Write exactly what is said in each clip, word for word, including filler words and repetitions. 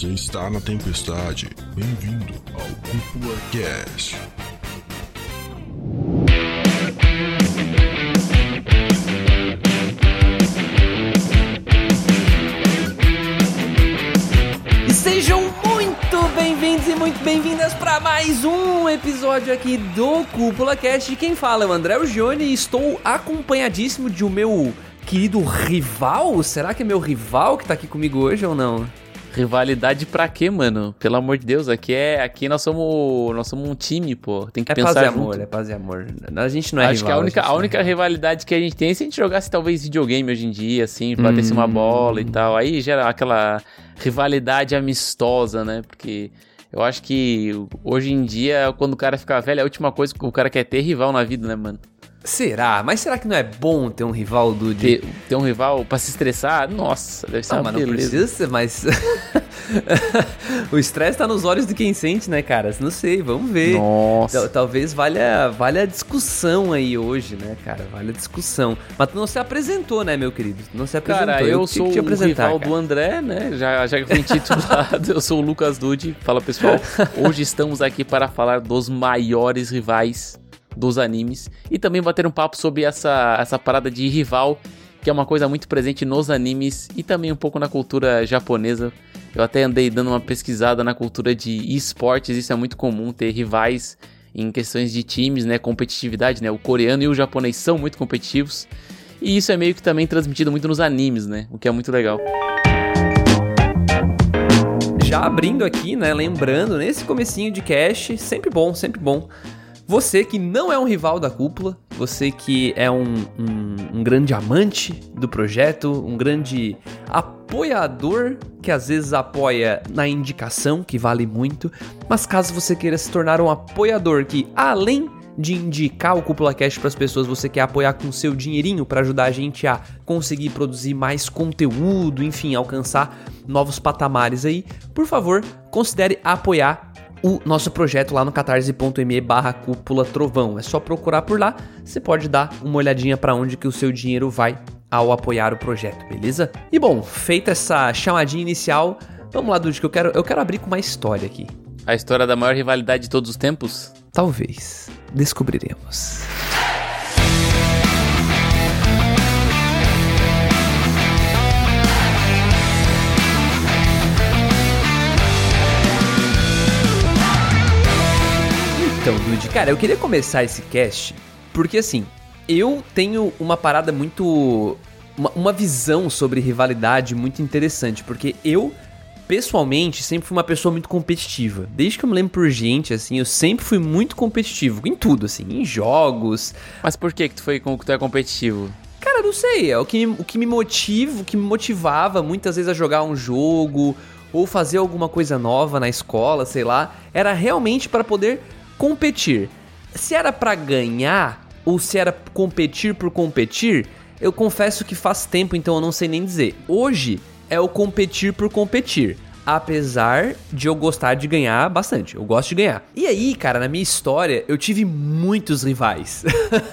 Você está na tempestade. Bem-vindo ao Cúpula Cast. Sejam muito bem-vindos e muito bem-vindas para mais um episódio aqui do Cúpula Cast. Quem fala é o André Gione e estou acompanhadíssimo de o meu querido rival. Será que é meu rival que tá aqui comigo hoje ou não? Rivalidade pra quê, mano? Pelo amor de Deus, aqui é aqui nós somos nós somos um time, pô. Tem que é pensar paz e junto. amor, é paz e amor. A gente não é Acho rival. que a única, a a única é rivalidade que a gente tem é se a gente jogasse talvez videogame hoje em dia, assim, batesse hum. uma bola e tal. Aí gera aquela rivalidade amistosa, né? Porque eu acho que hoje em dia, quando o cara fica velho, a última coisa que o cara quer ter é rival na vida, né, mano? Será? Mas será que não é bom ter um rival, Dude? Ter, ter um rival pra se estressar? Nossa, deve ser não, uma mas beleza. Não precisa ser, mas... o estresse tá nos olhos de quem sente, né, cara? Não sei, vamos ver. Nossa. Talvez valha, valha a discussão aí hoje, né, cara? Valha a discussão. Mas tu não se apresentou, né, meu querido? Tu não se apresentou. Cara, eu, eu sou o rival cara. do André, né? Já, já que eu fui intitulado, eu sou o Lucas Dude. Fala, pessoal. Hoje estamos aqui para falar dos maiores rivais dos animes e também bater um papo sobre essa, essa parada de rival, que é uma coisa muito presente nos animes e também um pouco na cultura japonesa. Eu até andei dando uma pesquisada na cultura de esportes, isso é muito comum, ter rivais em questões de times, né, competitividade, né, o coreano e o japonês são muito competitivos, e isso é meio que também transmitido muito nos animes, né, o que é muito legal. Já abrindo aqui, né, lembrando, nesse comecinho de cast, sempre bom, sempre bom, você que não é um rival da Cúpula, você que é um, um, um grande amante do projeto, um grande apoiador que às vezes apoia na indicação, que vale muito, mas caso você queira se tornar um apoiador que, além de indicar o Cúpula Cast para as pessoas, você quer apoiar com seu dinheirinho para ajudar a gente a conseguir produzir mais conteúdo, enfim, alcançar novos patamares aí, por favor, considere apoiar o nosso projeto lá no catarse.me barra cúpula trovão. É só procurar por lá, você pode dar uma olhadinha para onde que o seu dinheiro vai ao apoiar o projeto, beleza? E bom, feita essa chamadinha inicial, vamos lá, Dude, que eu quero, eu quero abrir com uma história aqui. A história da maior rivalidade de todos os tempos? Talvez. Descobriremos. Então, Dude, cara, eu queria começar esse cast porque, assim, eu tenho uma parada muito... Uma, uma visão sobre rivalidade muito interessante, porque eu, pessoalmente, sempre fui uma pessoa muito competitiva. Desde que eu me lembro por gente, assim, eu sempre fui muito competitivo, em tudo, assim, em jogos. Mas por que que tu foi com que tu é competitivo? Cara, não sei, é o que, o que me motiva, o que me motivava muitas vezes a jogar um jogo ou fazer alguma coisa nova na escola, sei lá, era realmente para poder competir. Se era pra ganhar ou se era competir por competir, eu confesso que faz tempo, então eu não sei nem dizer. Hoje é o competir por competir, apesar de eu gostar de ganhar bastante. Eu gosto de ganhar. E aí, cara, na minha história, eu tive muitos rivais.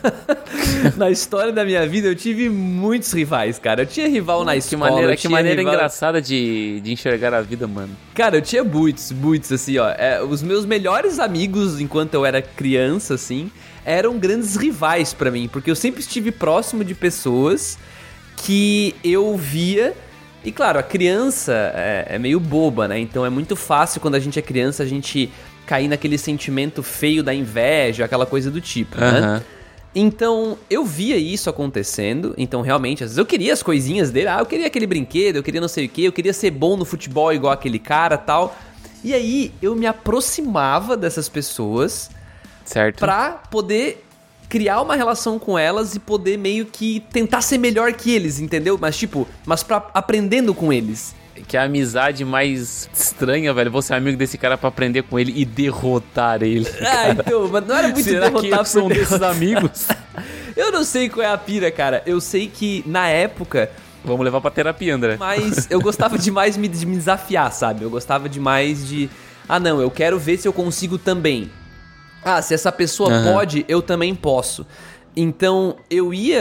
Na história da minha vida, eu tive muitos rivais, cara. Eu tinha rival na escola. Que maneira, que maneira rival... engraçada de, de enxergar a vida, mano. Cara, eu tinha muitos, muitos, assim, ó. É, os meus melhores amigos, enquanto eu era criança, assim, eram grandes rivais pra mim. Porque eu sempre estive próximo de pessoas que eu via... E claro, a criança é, é meio boba, né? Então é muito fácil quando a gente é criança a gente cair naquele sentimento feio da inveja, aquela coisa do tipo, uhum. né? Então eu via isso acontecendo, então realmente, às vezes eu queria as coisinhas dele, ah, eu queria aquele brinquedo, eu queria não sei o que, eu queria ser bom no futebol igual aquele cara e tal. E aí eu me aproximava dessas pessoas, certo, pra poder criar uma relação com elas e poder meio que tentar ser melhor que eles, entendeu? Mas tipo, mas pra, aprendendo com eles. Que a amizade mais estranha, velho, você é amigo desse cara pra aprender com ele e derrotar ele. Ah, então, mas não era muito Será derrotar que eu sou um desses amigos? Eu não sei qual é a pira, cara. Eu sei que na época... Vamos levar pra terapia, André. Mas eu gostava demais de me desafiar, sabe? Eu gostava demais de... Ah, não, eu quero ver se eu consigo também. Ah, se essa pessoa uhum. pode, eu também posso. Então, eu ia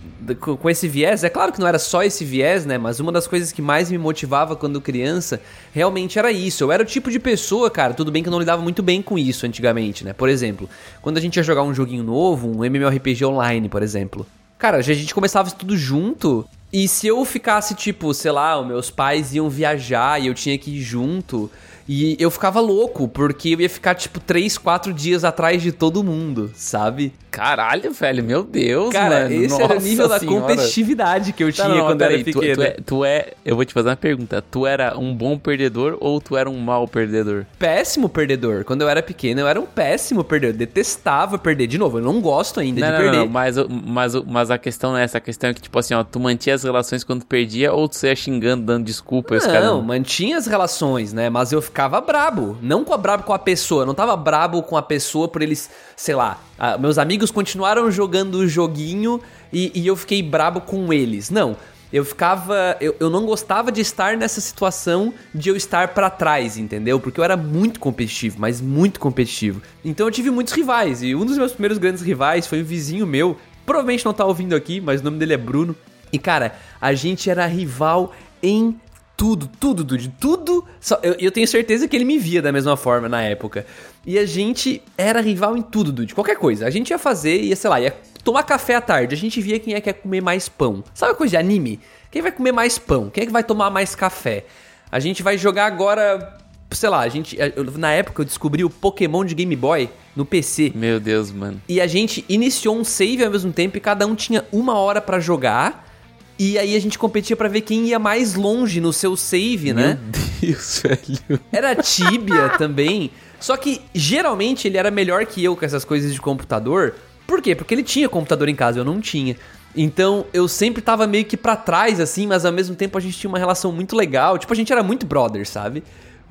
com esse viés, é claro que não era só esse viés, né, mas uma das coisas que mais me motivava quando criança, realmente era isso. Eu era o tipo de pessoa, cara, tudo bem que eu não lidava muito bem com isso antigamente, né, por exemplo, quando a gente ia jogar um joguinho novo, um MMORPG online, por exemplo, cara, a gente começava isso tudo junto, e se eu ficasse, tipo, sei lá, os meus pais iam viajar e eu tinha que ir junto... E eu ficava louco, porque eu ia ficar, tipo, três, quatro dias atrás de todo mundo, sabe? Caralho, velho, meu Deus, cara, mano. esse Nossa era o nível da senhora. competitividade que eu tinha não, não, quando eu era aí, pequeno. Tu, tu, é, tu é... Eu vou te fazer uma pergunta. Tu era um bom perdedor ou tu era um mau perdedor? Péssimo perdedor. Quando eu era pequeno, eu era um péssimo perdedor. Detestava perder. De novo, eu não gosto ainda não, de não, perder. Não, não, mas, mas, mas a questão não é essa. A questão é que, tipo assim, ó, tu mantinha as relações quando perdia ou tu saia xingando, dando desculpa? Não, os cara não, mantinha as relações, né? Mas eu ficava brabo. Não com a brabo com a pessoa. Eu não tava brabo com a pessoa por eles, sei lá... Ah, meus amigos continuaram jogando o joguinho e, e eu fiquei brabo com eles. Não, eu ficava... Eu, eu não gostava de estar nessa situação de eu estar pra trás, entendeu? Porque eu era muito competitivo, mas muito competitivo. Então eu tive muitos rivais e um dos meus primeiros grandes rivais foi um vizinho meu. Provavelmente não tá ouvindo aqui, mas o nome dele é Bruno. E cara, a gente era rival em... Tudo, tudo, Dude, tudo. Só, eu, eu tenho certeza que ele me via da mesma forma na época. E a gente era rival em tudo, Dude. Qualquer coisa. A gente ia fazer, ia, sei lá, ia tomar café à tarde. A gente via quem é que ia comer mais pão. Sabe a coisa de anime? Quem vai comer mais pão? Quem é que vai tomar mais café? A gente vai jogar agora, sei lá, a gente. Eu, na época eu descobri o Pokémon de Game Boy no P C. Meu Deus, mano. E a gente iniciou um save ao mesmo tempo e cada um tinha uma hora pra jogar. E aí a gente competia pra ver quem ia mais longe no seu save, né? Meu Deus, velho. Era Tibia também. Só que, geralmente, ele era melhor que eu com essas coisas de computador. Por quê? Porque ele tinha computador em casa, eu não tinha. Então, eu sempre tava meio que pra trás, assim, mas ao mesmo tempo a gente tinha uma relação muito legal. Tipo, a gente era muito brother, sabe?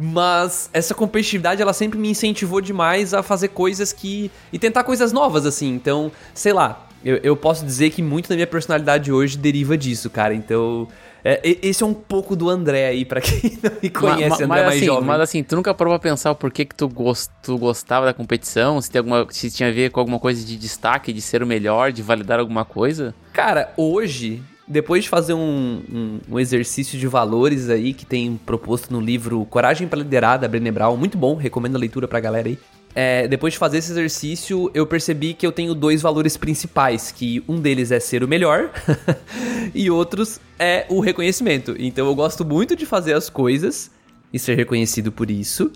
Mas essa competitividade, ela sempre me incentivou demais a fazer coisas que... E tentar coisas novas, assim. Então, sei lá... Eu, eu posso dizer que muito da minha personalidade hoje deriva disso, cara. Então, é, esse é um pouco do André aí, pra quem não me conhece, mas, André mas, mais assim, jovem. Mas assim, tu nunca parou pra pensar o porquê que tu, gost, tu gostava da competição? Se, tem alguma, se tinha a ver com alguma coisa de destaque, de ser o melhor, de validar alguma coisa? Cara, hoje, depois de fazer um, um, um exercício de valores aí, que tem proposto no livro Coragem para Liderar, da Brené Brown, muito bom, recomendo a leitura pra galera aí. É, depois de fazer esse exercício, eu percebi que eu tenho dois valores principais, que um deles é ser o melhor e outros é o reconhecimento. Então eu gosto muito de fazer as coisas e ser reconhecido por isso.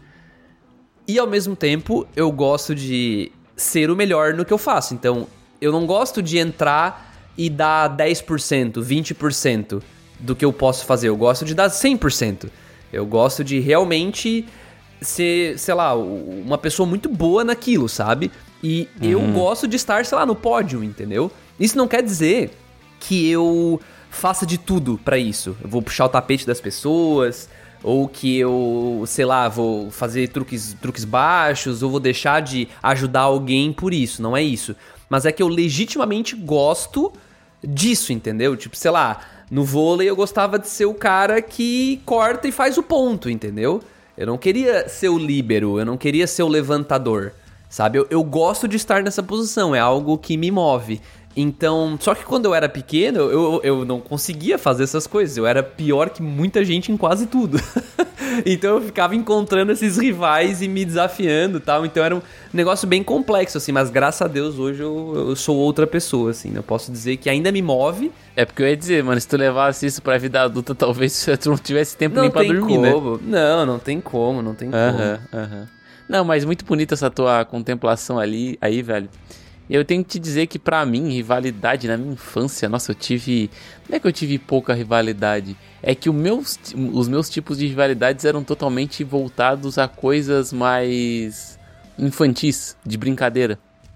E ao mesmo tempo, eu gosto de ser o melhor no que eu faço. Então, eu não gosto de entrar e dar dez por cento, vinte por cento do que eu posso fazer. Eu gosto de dar cem por cento. Eu gosto de realmente... ser, sei lá, uma pessoa muito boa naquilo, sabe? E uhum. eu gosto de estar, sei lá, no pódio, entendeu? Isso não quer dizer que eu faça de tudo pra isso. Eu vou puxar o tapete das pessoas, ou que eu, sei lá, vou fazer truques, truques baixos, ou vou deixar de ajudar alguém por isso. Não é isso. Mas é que eu legitimamente gosto disso, entendeu? Tipo, sei lá, no vôlei eu gostava de ser o cara que corta e faz o ponto, entendeu? Eu não queria ser o líbero, eu não queria ser o levantador, sabe? Eu, eu gosto de estar nessa posição, é algo que me move. Então, só que quando eu era pequeno, eu, eu não conseguia fazer essas coisas. Eu era pior que muita gente em quase tudo. Então eu ficava encontrando esses rivais e me desafiando e tal. Então era um negócio bem complexo, assim. Mas graças a Deus hoje eu, eu sou outra pessoa, assim. Eu posso dizer que ainda me move. É porque eu ia dizer, mano, se tu levasse isso pra vida adulta, talvez tu não tivesse tempo não nem pra dormir, como. né? Não, não tem como, não tem como. Aham, aham. Não, mas muito bonita essa tua contemplação ali, aí, velho. Eu tenho que te dizer que pra mim, rivalidade na minha infância, nossa, eu tive... Não é que eu tive pouca rivalidade, é que o meus, os meus tipos de rivalidades eram totalmente voltados a coisas mais infantis, de brincadeira.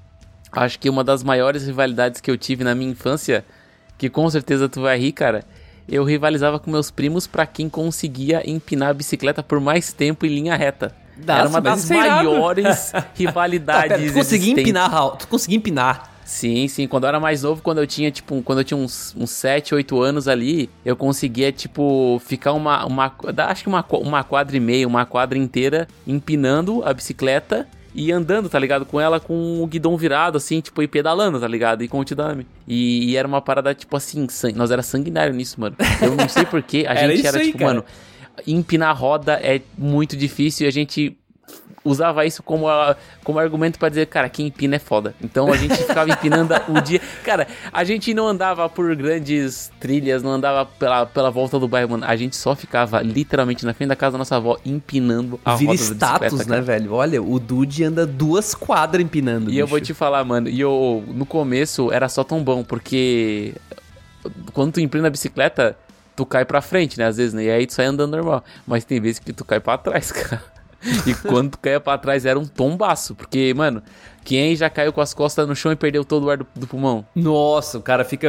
Acho que uma das maiores rivalidades que eu tive na minha infância, que com certeza tu vai rir, cara, eu rivalizava com meus primos pra quem conseguia empinar a bicicleta por mais tempo em linha reta. Nossa, era uma das maiores rivalidades. Tá, pera, tu conseguia empinar, Raul? Tu conseguia empinar? Sim, sim. Quando eu era mais novo, quando eu tinha, tipo, quando eu tinha uns, uns sete, oito anos ali, eu conseguia, tipo, ficar uma, uma acho que uma, uma quadra e meia, uma quadra inteira empinando a bicicleta e andando, tá ligado? Com ela com o guidão virado, assim, tipo, e pedalando, tá ligado? E com o Tidame. E, e era uma parada, tipo assim, sang... nós era sanguinário nisso, mano. Eu não sei porquê, a Era gente isso era, aí, tipo, cara. mano, empinar roda é muito difícil e a gente usava isso como, a, como argumento pra dizer, cara, quem empina é foda. Então a gente ficava empinando o dia. Cara, a gente não andava por grandes trilhas, não andava pela, pela volta do bairro, mano. A gente só ficava literalmente na frente da casa da nossa avó empinando a Vira roda da bicicleta, status, cara. né, velho? Olha, o Dude anda duas quadras empinando, E bicho. eu vou te falar, mano, e eu, no começo era só tão bom, porque quando tu empina a bicicleta, tu cai pra frente, né, às vezes, né, e aí tu sai andando normal. Mas tem vezes que tu cai pra trás, cara. E quando tu caia pra trás era um tombaço, porque, mano, quem já caiu com as costas no chão e perdeu todo o ar do, do pulmão? Nossa, o cara fica...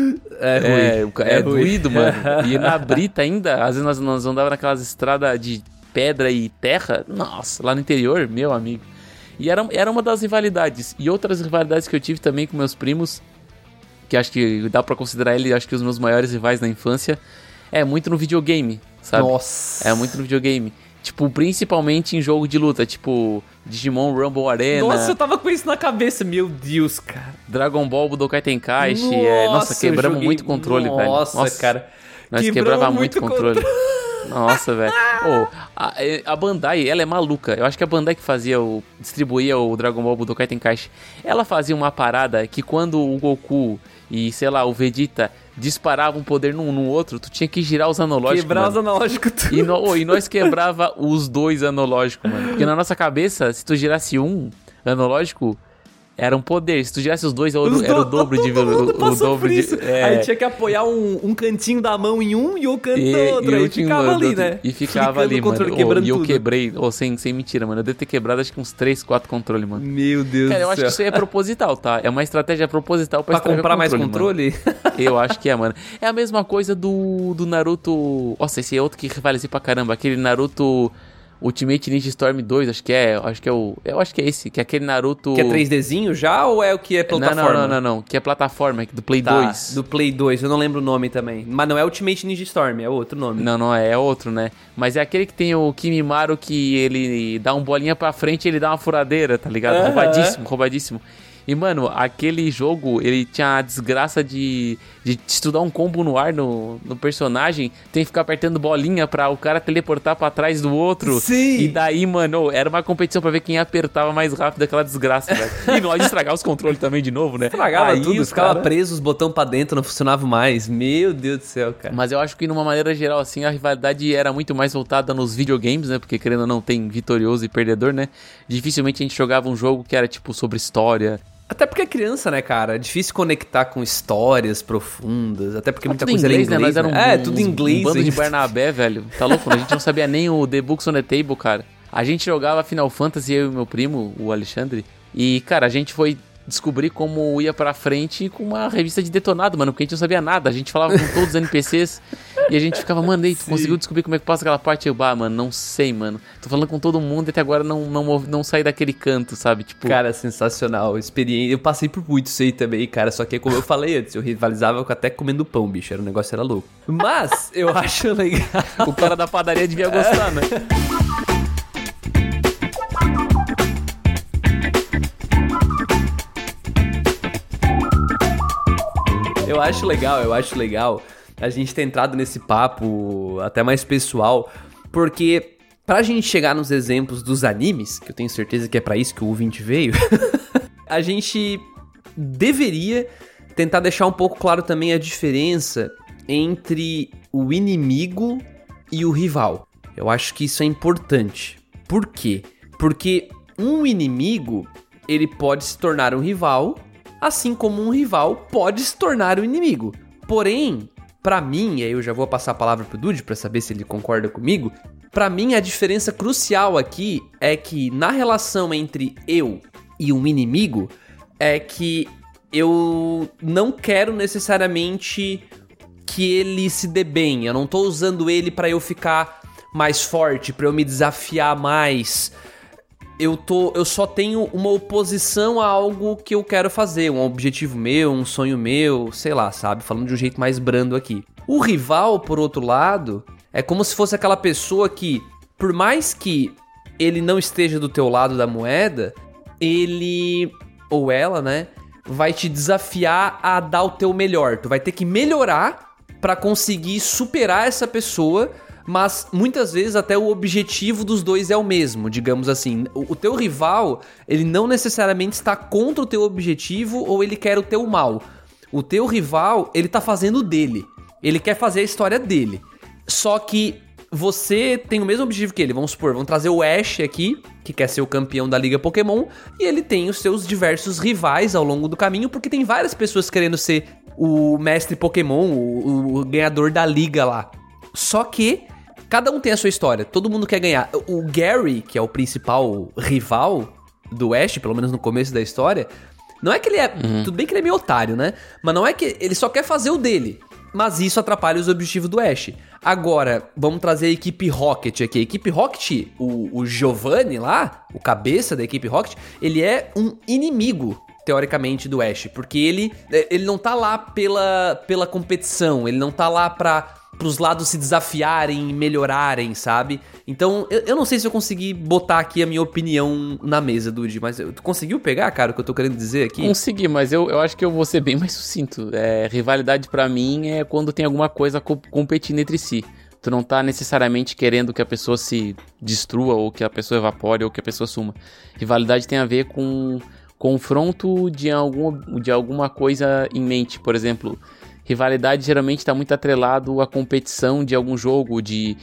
É ruim. É, o ca- é, É ruim. doído, mano. E na brita ainda, às vezes nós, nós andávamos naquelas estradas de pedra e terra, nossa, lá no interior, meu amigo. E era, era uma das rivalidades. E outras rivalidades que eu tive também com meus primos, que acho que dá pra considerar ele, acho que os meus maiores rivais na infância, é muito no videogame, sabe? Nossa. É muito no videogame. Tipo, principalmente em jogo de luta, tipo Digimon Rumble Arena, Nossa, eu tava com isso na cabeça, meu Deus, cara. Dragon Ball Budokai Tenkaichi. É, nossa, eu quebramos joguei- muito controle, velho. Nossa, cara. Nós Quebramos quebrava muito muito controle. Nossa, velho. Ô, a, a Bandai, ela é maluca. Eu acho que a Bandai que fazia o... distribuía o Dragon Ball Budokai Tenkaichi. Ela fazia uma parada que quando o Goku e, sei lá, o Vegeta disparavam um poder num no outro, tu tinha que girar os analógicos, Quebrar mano. os analógicos tudo. E, no, oh, e nós quebrava os dois analógicos, mano. Porque na nossa cabeça, se tu girasse um analógico, era um poder. Se tu girasse os dois, era, o- Os era o do- dobro de todo mundo o, o passou dobro por isso. de. É, Aí tinha que apoiar um, um cantinho da mão em um e o canto e, do outro. e Aí eu tinha ficava um- ali, outro- né? E ficava Flicando ali, o controle, mano. Oh, quebrando e eu tudo. quebrei, oh, sem, sem mentira, mano. Eu devo ter quebrado acho que uns três, quatro controles, mano. Meu Deus Cara, eu do acho céu. que isso aí é proposital, tá? É uma estratégia proposital pra, Pra estragar comprar mais mano. controle? Eu acho que é, mano. É a mesma coisa do, do Naruto... Nossa, esse é outro que rivalizei pra caramba. Aquele Naruto Ultimate Ninja Storm dois, acho que é. Acho que é o... Eu acho que é esse. Que é aquele Naruto... Que é três Dzinho já ou é o que é Não, plataforma? não, não, não, não. Que é plataforma, do Play Tá, dois. do Play dois, eu não lembro o nome também. Mas não é Ultimate Ninja Storm, é outro nome. Não, não é, é outro, né? Mas é aquele que tem o Kimimaro que ele dá um bolinha pra frente e ele dá uma furadeira, tá ligado? Aham. Roubadíssimo, roubadíssimo. E, mano, aquele jogo, ele tinha a desgraça de, de estudar um combo no ar no, no personagem, tem que ficar apertando bolinha pra o cara teleportar pra trás do outro. Sim. E daí, mano, era uma competição pra ver quem apertava mais rápido aquela desgraça, velho. E nós estragar os controles também de novo, né? Estragava Aí tudo, os ficava cara- preso, os botões pra dentro, não funcionava mais. Meu Deus do céu, cara. Mas eu acho que, numa maneira geral, assim, a rivalidade era muito mais voltada nos videogames, né? Porque, querendo ou não, tem vitorioso e perdedor, né? Dificilmente a gente jogava um jogo que era, tipo, sobre história. Até porque é criança, né, cara? É difícil conectar com histórias profundas. Até porque muita tudo em coisa inglês, era em né? inglês. Nós né? éramos É, um, tudo em inglês. um bando de ainda. Barnabé, velho. Tá louco? A gente não sabia nem o The Books on the Table, cara. A gente jogava Final Fantasy, eu e meu primo, o Alexandre. E, cara, a gente foi descobrir como ia pra frente com uma revista de detonado, mano. Porque a gente não sabia nada. A gente falava com todos os N P Cs. E a gente ficava, mano, ei, tu Sim. conseguiu descobrir como é que passa aquela parte? Eu, bah, mano, não sei, mano. Tô falando com todo mundo e até agora não, não, mov- não saí daquele canto, sabe? Tipo, Cara, sensacional. Experiência. Eu passei por muito isso aí também, cara. Só que, como eu falei antes, eu rivalizava com até comendo pão, bicho. Era um negócio, era louco. Mas, eu acho legal. o cara da padaria devia gostar, né? Eu acho legal, eu acho legal a gente ter entrado nesse papo até mais pessoal, porque pra gente chegar nos exemplos dos animes, que eu tenho certeza que é pra isso que o ouvinte veio, a gente deveria tentar deixar um pouco claro também a diferença entre o inimigo e o rival. Eu acho que isso é importante. Por quê? Porque um inimigo, ele pode se tornar um rival, assim como um rival pode se tornar um inimigo. Porém, pra mim, e aí eu já vou passar a palavra pro Dude pra saber se ele concorda comigo, pra mim a diferença crucial aqui é que na relação entre eu e um inimigo, é que eu não quero necessariamente que ele se dê bem. Eu não tô usando ele pra eu ficar mais forte, pra eu me desafiar mais. Eu, tô, eu só tenho uma oposição a algo que eu quero fazer, um objetivo meu, um sonho meu, sei lá, sabe? Falando de um jeito mais brando aqui. O rival, por outro lado, é como se fosse aquela pessoa que, por mais que ele não esteja do teu lado da moeda, ele, ou ela, né, vai te desafiar a dar o teu melhor. Tu vai ter que melhorar pra conseguir superar essa pessoa, mas muitas vezes até o objetivo dos dois é o mesmo, digamos assim. O, o teu rival, ele não necessariamente está contra o teu objetivo ou ele quer o teu mal. O teu rival, ele tá fazendo o dele. Ele quer fazer a história dele. Só que você tem o mesmo objetivo que ele. Vamos supor, vamos trazer o Ash aqui, que quer ser o campeão da Liga Pokémon, e ele tem os seus diversos rivais ao longo do caminho, porque tem várias pessoas querendo ser o mestre Pokémon, o, o ganhador da liga lá. Só que cada um tem a sua história, todo mundo quer ganhar. O Gary, que é o principal rival do Ash, pelo menos no começo da história, não é que ele é... Uhum. Tudo bem que ele é meio otário, né? Mas não é que... Ele só quer fazer o dele. Mas isso atrapalha os objetivos do Ash. Agora, vamos trazer a equipe Rocket aqui. A equipe Rocket, o, o Giovanni lá, o cabeça da equipe Rocket, ele é um inimigo, teoricamente, do Ash. Porque ele, ele não tá lá pela, pela competição, ele não tá lá pra... pros lados se desafiarem e melhorarem, sabe? Então, eu, eu não sei se eu consegui botar aqui a minha opinião na mesa, Dude, mas eu, tu conseguiu pegar, cara, o que eu tô querendo dizer aqui? Consegui, mas eu, eu acho que eu vou ser bem mais sucinto. É, rivalidade pra mim é quando tem alguma coisa co- competindo entre si. Tu não tá necessariamente querendo que a pessoa se destrua, ou que a pessoa evapore, ou que a pessoa suma. Rivalidade tem a ver com confronto de, algum, de alguma coisa em mente. Por exemplo... Rivalidade geralmente está muito atrelado à competição de algum jogo, de,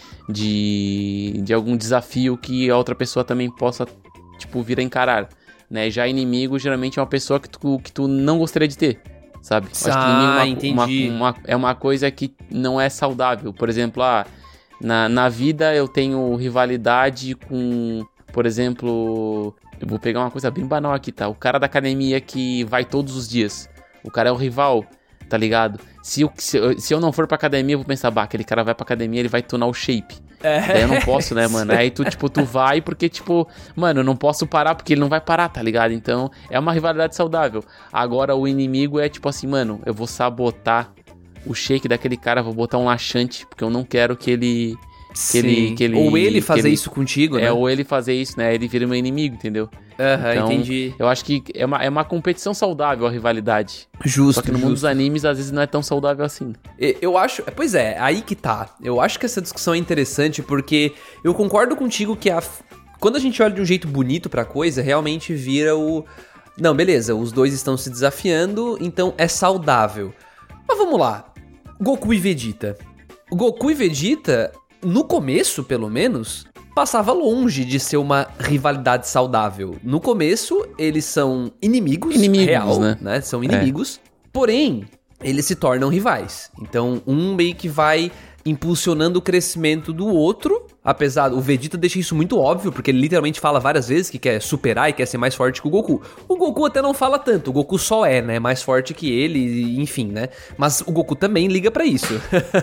de, de algum desafio que a outra pessoa também possa, tipo, vir a encarar, né? Já inimigo geralmente é uma pessoa que tu, que tu não gostaria de ter, sabe? Ah, acho que inimigo é uma, entendi. Uma, uma, é uma coisa que não é saudável. Por exemplo, ah, na, na vida eu tenho rivalidade com, por exemplo... Eu vou pegar uma coisa bem banal aqui, tá? O cara da academia que vai todos os dias. O cara é o rival... Tá ligado? Se eu, se, eu, se eu não for pra academia, eu vou pensar, bah, aquele cara vai pra academia, ele vai tunar o shape. É. Daí eu não posso, né, mano? Aí tu, tipo, tu vai porque, tipo, mano, eu não posso parar porque ele não vai parar, tá ligado? Então, é uma rivalidade saudável. Agora, o inimigo é, tipo assim, mano, eu vou sabotar o shake daquele cara, vou botar um laxante, porque eu não quero que ele... Que Sim. ele, que ele, ou ele fazer ele, isso contigo, né? É, ou ele fazer isso, né? Ele vira meu inimigo, entendeu? Aham, uhum, então, entendi. Eu acho que é uma, é uma competição saudável a rivalidade. Justo, Só que no justo. mundo dos animes, às vezes, não é tão saudável assim. Eu acho... Pois é, aí que tá. Eu acho que essa discussão é interessante porque eu concordo contigo que a... quando a gente olha de um jeito bonito pra coisa, realmente vira o... Não, beleza, os dois estão se desafiando, então é saudável. Mas vamos lá. Goku e Vegeta. Goku e Vegeta... No começo, pelo menos, passava longe de ser uma rivalidade saudável. No começo, eles são inimigos, inimigos real, né? né? São inimigos. É. Porém, eles se tornam rivais. Então, um meio que vai impulsionando o crescimento do outro. Apesar, o Vegeta deixa isso muito óbvio, porque ele literalmente fala várias vezes que quer superar e quer ser mais forte que o Goku. O Goku até não fala tanto, o Goku só é, né, mais forte que ele, enfim, né. Mas o Goku também liga pra isso.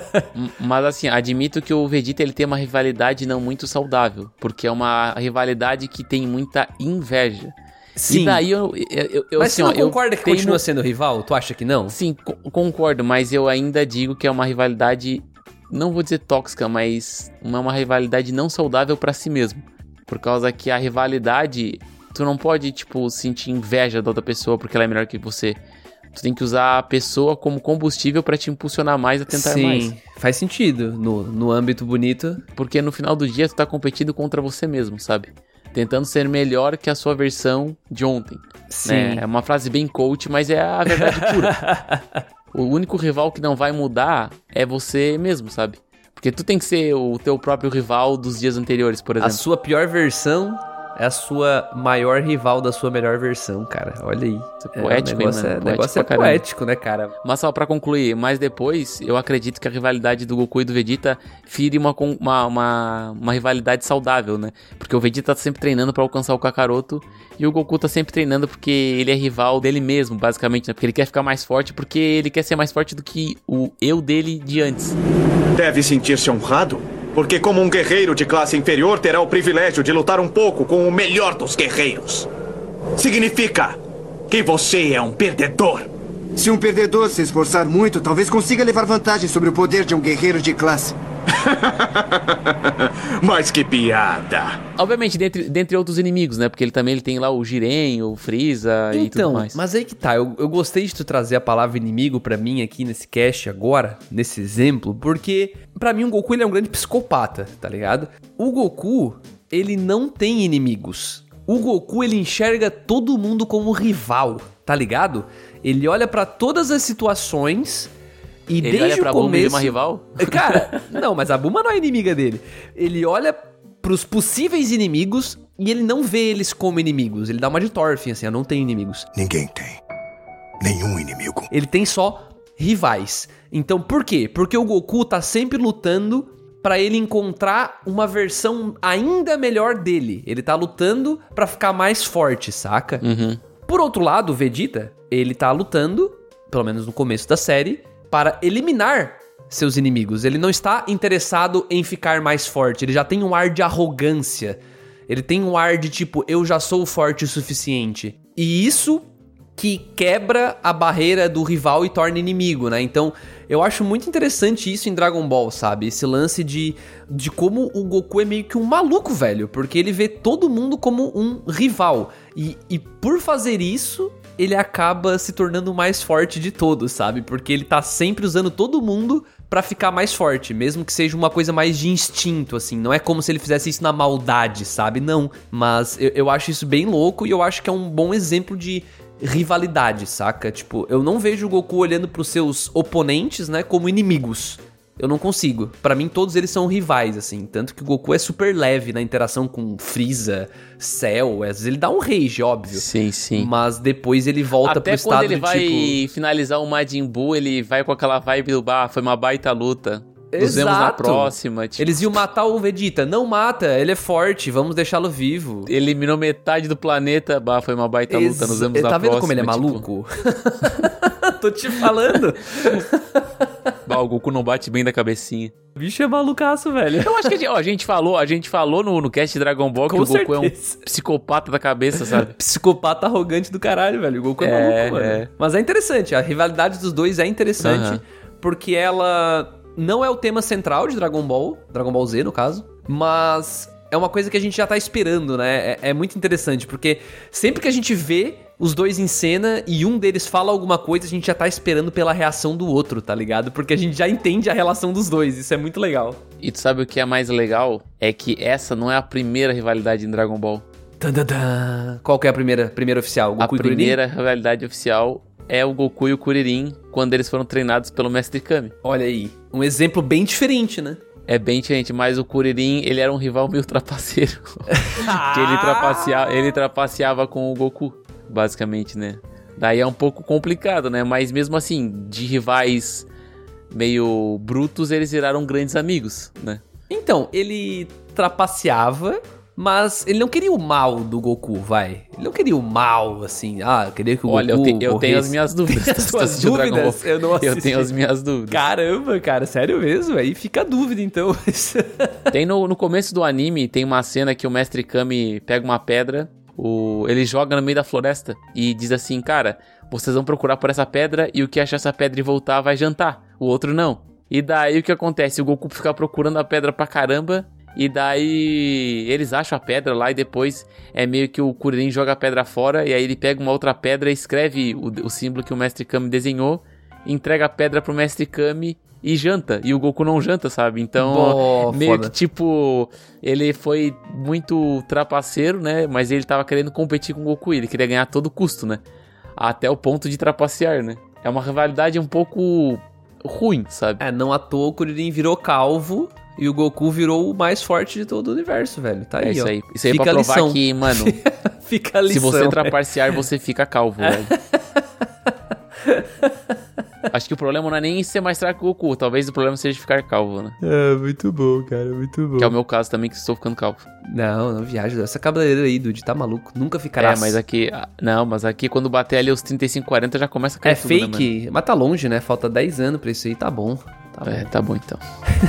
Mas assim, admito que o Vegeta ele tem uma rivalidade não muito saudável, porque é uma rivalidade que tem muita inveja. Sim. E daí eu... eu, eu mas assim, você não ó, concorda que tenho... continua sendo rival? Tu acha que não? Sim, co- concordo, mas eu ainda digo que é uma rivalidade... Não vou dizer tóxica, mas uma, uma rivalidade não saudável pra si mesmo. Por causa que a rivalidade, tu não pode, tipo, sentir inveja da outra pessoa porque ela é melhor que você. Tu tem que usar a pessoa como combustível pra te impulsionar mais a tentar Sim, mais. Sim, faz sentido no, no âmbito bonito. Porque no final do dia tu tá competindo contra você mesmo, sabe? Tentando ser melhor que a sua versão de ontem. Sim. Né? É uma frase bem coach, mas é a verdade pura. O único rival que não vai mudar é você mesmo, sabe? Porque tu tem que ser o teu próprio rival dos dias anteriores, por exemplo. A sua pior versão é a sua maior rival da sua melhor versão, cara. Olha aí. É poético, é, o negócio, hein, é, mano? negócio é poético, né, cara? Mas só pra concluir, mas depois, eu acredito que a rivalidade do Goku e do Vegeta fire uma, uma, uma, uma rivalidade saudável, né? Porque o Vegeta tá sempre treinando pra alcançar o Kakaroto e o Goku tá sempre treinando porque ele é rival dele mesmo, basicamente, né? Porque ele quer ficar mais forte, porque ele quer ser mais forte do que o eu dele de antes. Deve sentir-se honrado, porque como um guerreiro de classe inferior terá o privilégio de lutar um pouco com o melhor dos guerreiros. Significa que você é um perdedor. Se um perdedor se esforçar muito, talvez consiga levar vantagem sobre o poder de um guerreiro de classe. Mas que piada. Obviamente, dentre, dentre outros inimigos, né? Porque ele também ele tem lá o Jiren, o Frieza então, e tudo mais. Mas aí que tá, eu, eu gostei de tu trazer a palavra inimigo pra mim aqui nesse cast agora, nesse exemplo, porque pra mim o Goku ele é um grande psicopata, tá ligado? O Goku, ele não tem inimigos. O Goku, ele enxerga todo mundo como rival, tá ligado? Ele olha pra todas as situações e ele desde olha pra o começo... Bulma de uma rival? Cara, não, mas a Bulma não é inimiga dele. Ele olha pros possíveis inimigos e ele não vê eles como inimigos. Ele dá uma de Thorfinn, assim, eu não tenho inimigos. Ninguém tem. Nenhum inimigo. Ele tem só rivais. Então, por quê? Porque o Goku tá sempre lutando pra ele encontrar uma versão ainda melhor dele. Ele tá lutando pra ficar mais forte, saca? Uhum. Por outro lado, o Vegeta, ele tá lutando, pelo menos no começo da série, para eliminar seus inimigos. Ele não está interessado em ficar mais forte. Ele já tem um ar de arrogância. Ele tem um ar de tipo, eu já sou forte o suficiente. E isso que quebra a barreira do rival e torna inimigo, né? Então, eu acho muito interessante isso em Dragon Ball, sabe? Esse lance de, de como o Goku é meio que um maluco, velho. Porque ele vê todo mundo como um rival. E, e por fazer isso, ele acaba se tornando o mais forte de todos, sabe? Porque ele tá sempre usando todo mundo pra ficar mais forte, mesmo que seja uma coisa mais de instinto, assim. Não é como se ele fizesse isso na maldade, sabe? Não. Mas eu, eu acho isso bem louco e eu acho que é um bom exemplo de rivalidade, saca? Tipo, eu não vejo o Goku olhando pros seus oponentes, né, como inimigos. Eu não consigo. Pra mim, todos eles são rivais, assim. Tanto que o Goku é super leve na interação com Frieza, Cell. Às vezes ele dá um rage, óbvio. Sim, sim. Mas depois ele volta Até pro estado quando ele do vai tipo... finalizar o Majin Buu, ele vai com aquela vibe do bar, foi uma baita luta. Nos vemos na Exato. próxima. Tipo, Eles iam matar o Vegeta. Não mata, ele é forte, vamos deixá-lo vivo. eliminou metade do planeta, bah, foi uma baita Ex- luta, nos vemos na Tá vendo próxima. como ele é tipo, maluco? Tô te falando. bah, o Goku não bate bem da cabecinha. O bicho é malucaço, velho. Eu acho que a gente, ó, a gente falou, a gente falou no, no cast de Dragon Ball que Com o Goku é um certeza. psicopata da cabeça, sabe? Psicopata arrogante do caralho, velho. O Goku é, É, maluco, mano. é. Mas é interessante, a rivalidade dos dois é interessante, Aham. porque ela não é o tema central de Dragon Ball, Dragon Ball Z, no caso, mas é uma coisa que a gente já tá esperando, né? É, é muito interessante, porque sempre que a gente vê os dois em cena e um deles fala alguma coisa, a gente já tá esperando pela reação do outro, tá ligado? Porque a gente já entende a relação dos dois, isso é muito legal. E tu sabe o que é mais legal? É que essa não é a primeira rivalidade em Dragon Ball. Tadadã. Qual que é a primeira, primeira oficial? Goku A e Kuririn? primeira rivalidade oficial é o Goku e o Kuririn quando eles foram treinados pelo Mestre Kami. Olha aí, um exemplo bem diferente, né? É bem diferente, mas o Kuririn, ele era um rival meio trapaceiro. que ele trapaceava, ele trapaceava com o Goku, basicamente, né? Daí é um pouco complicado, né? Mas mesmo assim, de rivais meio brutos, eles viraram grandes amigos, né? Então, ele trapaceava, mas ele não queria o mal do Goku, vai. Ele não queria o mal, assim. Ah, queria que o Olha, Goku eu, te, eu tenho as minhas dúvidas. Tem as Se tu suas assistiu Dragon Ball. dúvidas? Eu não assisti. Eu tenho as minhas dúvidas. Caramba, cara, sério mesmo? Aí fica a dúvida, então. Tem no, no começo do anime, tem uma cena que o Mestre Kami pega uma pedra, o, ele joga no meio da floresta e diz assim, cara, vocês vão procurar por essa pedra e o que achar essa pedra e voltar vai jantar. O outro não. E daí o que acontece? O Goku fica procurando a pedra pra caramba e daí eles acham a pedra lá e depois é meio que o Kuririn joga a pedra fora e aí ele pega uma outra pedra e escreve o, o símbolo que o Mestre Kami desenhou, entrega a pedra pro Mestre Kami e janta. E o Goku não janta, sabe? Então, Boa, meio foda. que tipo, ele foi muito trapaceiro, né? Mas ele tava querendo competir com o Goku, ele queria ganhar a todo custo, né? Até o ponto de trapacear, né? É uma rivalidade um pouco ruim, sabe? É, não à toa o Kuririn virou calvo e o Goku virou o mais forte de todo o universo, velho. Tá aí, É isso ó. aí. Isso aí Fica pra a provar lição. que, mano, Fica a lição. se você trapacear, você fica calvo, velho. Acho que o problema não é nem ser mais fraco que o Goku. Talvez o problema seja ficar calvo, né? É, muito bom, cara, muito bom. Que é o meu caso também, que estou ficando calvo. Não, não viaja. Essa cabeleira aí, Dude, tá maluco. Nunca ficará. É, mas aqui... ah, Não, mas aqui quando bater ali os trinta e cinco, quarenta já começa a cair É tudo, né, fake, mas tá longe, né? Falta dez anos pra isso aí, tá bom. Tá mano? bom. É, tá bom então.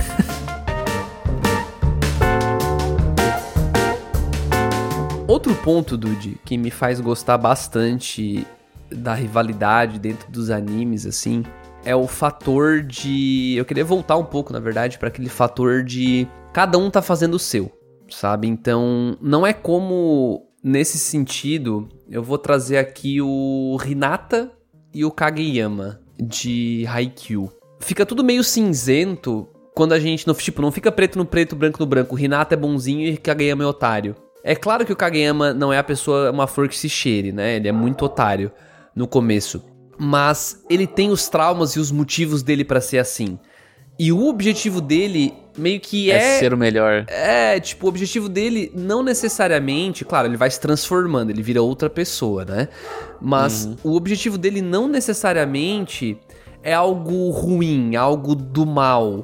Outro ponto, Dude, que me faz gostar bastante da rivalidade dentro dos animes, assim, é o fator de... Eu queria voltar um pouco, na verdade, para aquele fator de cada um tá fazendo o seu, sabe? Então, não é como, nesse sentido, eu vou trazer aqui o Hinata e o Kageyama de Haikyuu. Fica tudo meio cinzento quando a gente, não, tipo, não fica preto no preto, branco no branco. O Hinata é bonzinho e o Kageyama é otário. É claro que o Kageyama não é a pessoa, uma flor que se cheire, né? Ele é muito otário no começo. Mas ele tem os traumas e os motivos dele pra ser assim. E o objetivo dele meio que é... É ser o melhor. É, tipo, o objetivo dele não necessariamente... Claro, ele vai se transformando, ele vira outra pessoa, né? Mas uhum. o objetivo dele não necessariamente é algo ruim, algo do mal.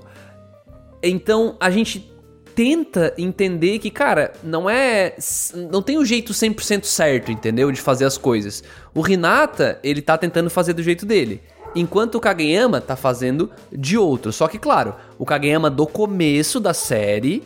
Então, a gente tenta entender que, cara, não é... Não tem o jeito cem por cento certo, entendeu? De fazer as coisas. O Hinata, ele tá tentando fazer do jeito dele. Enquanto o Kageyama tá fazendo de outro. Só que, claro, o Kageyama do começo da série,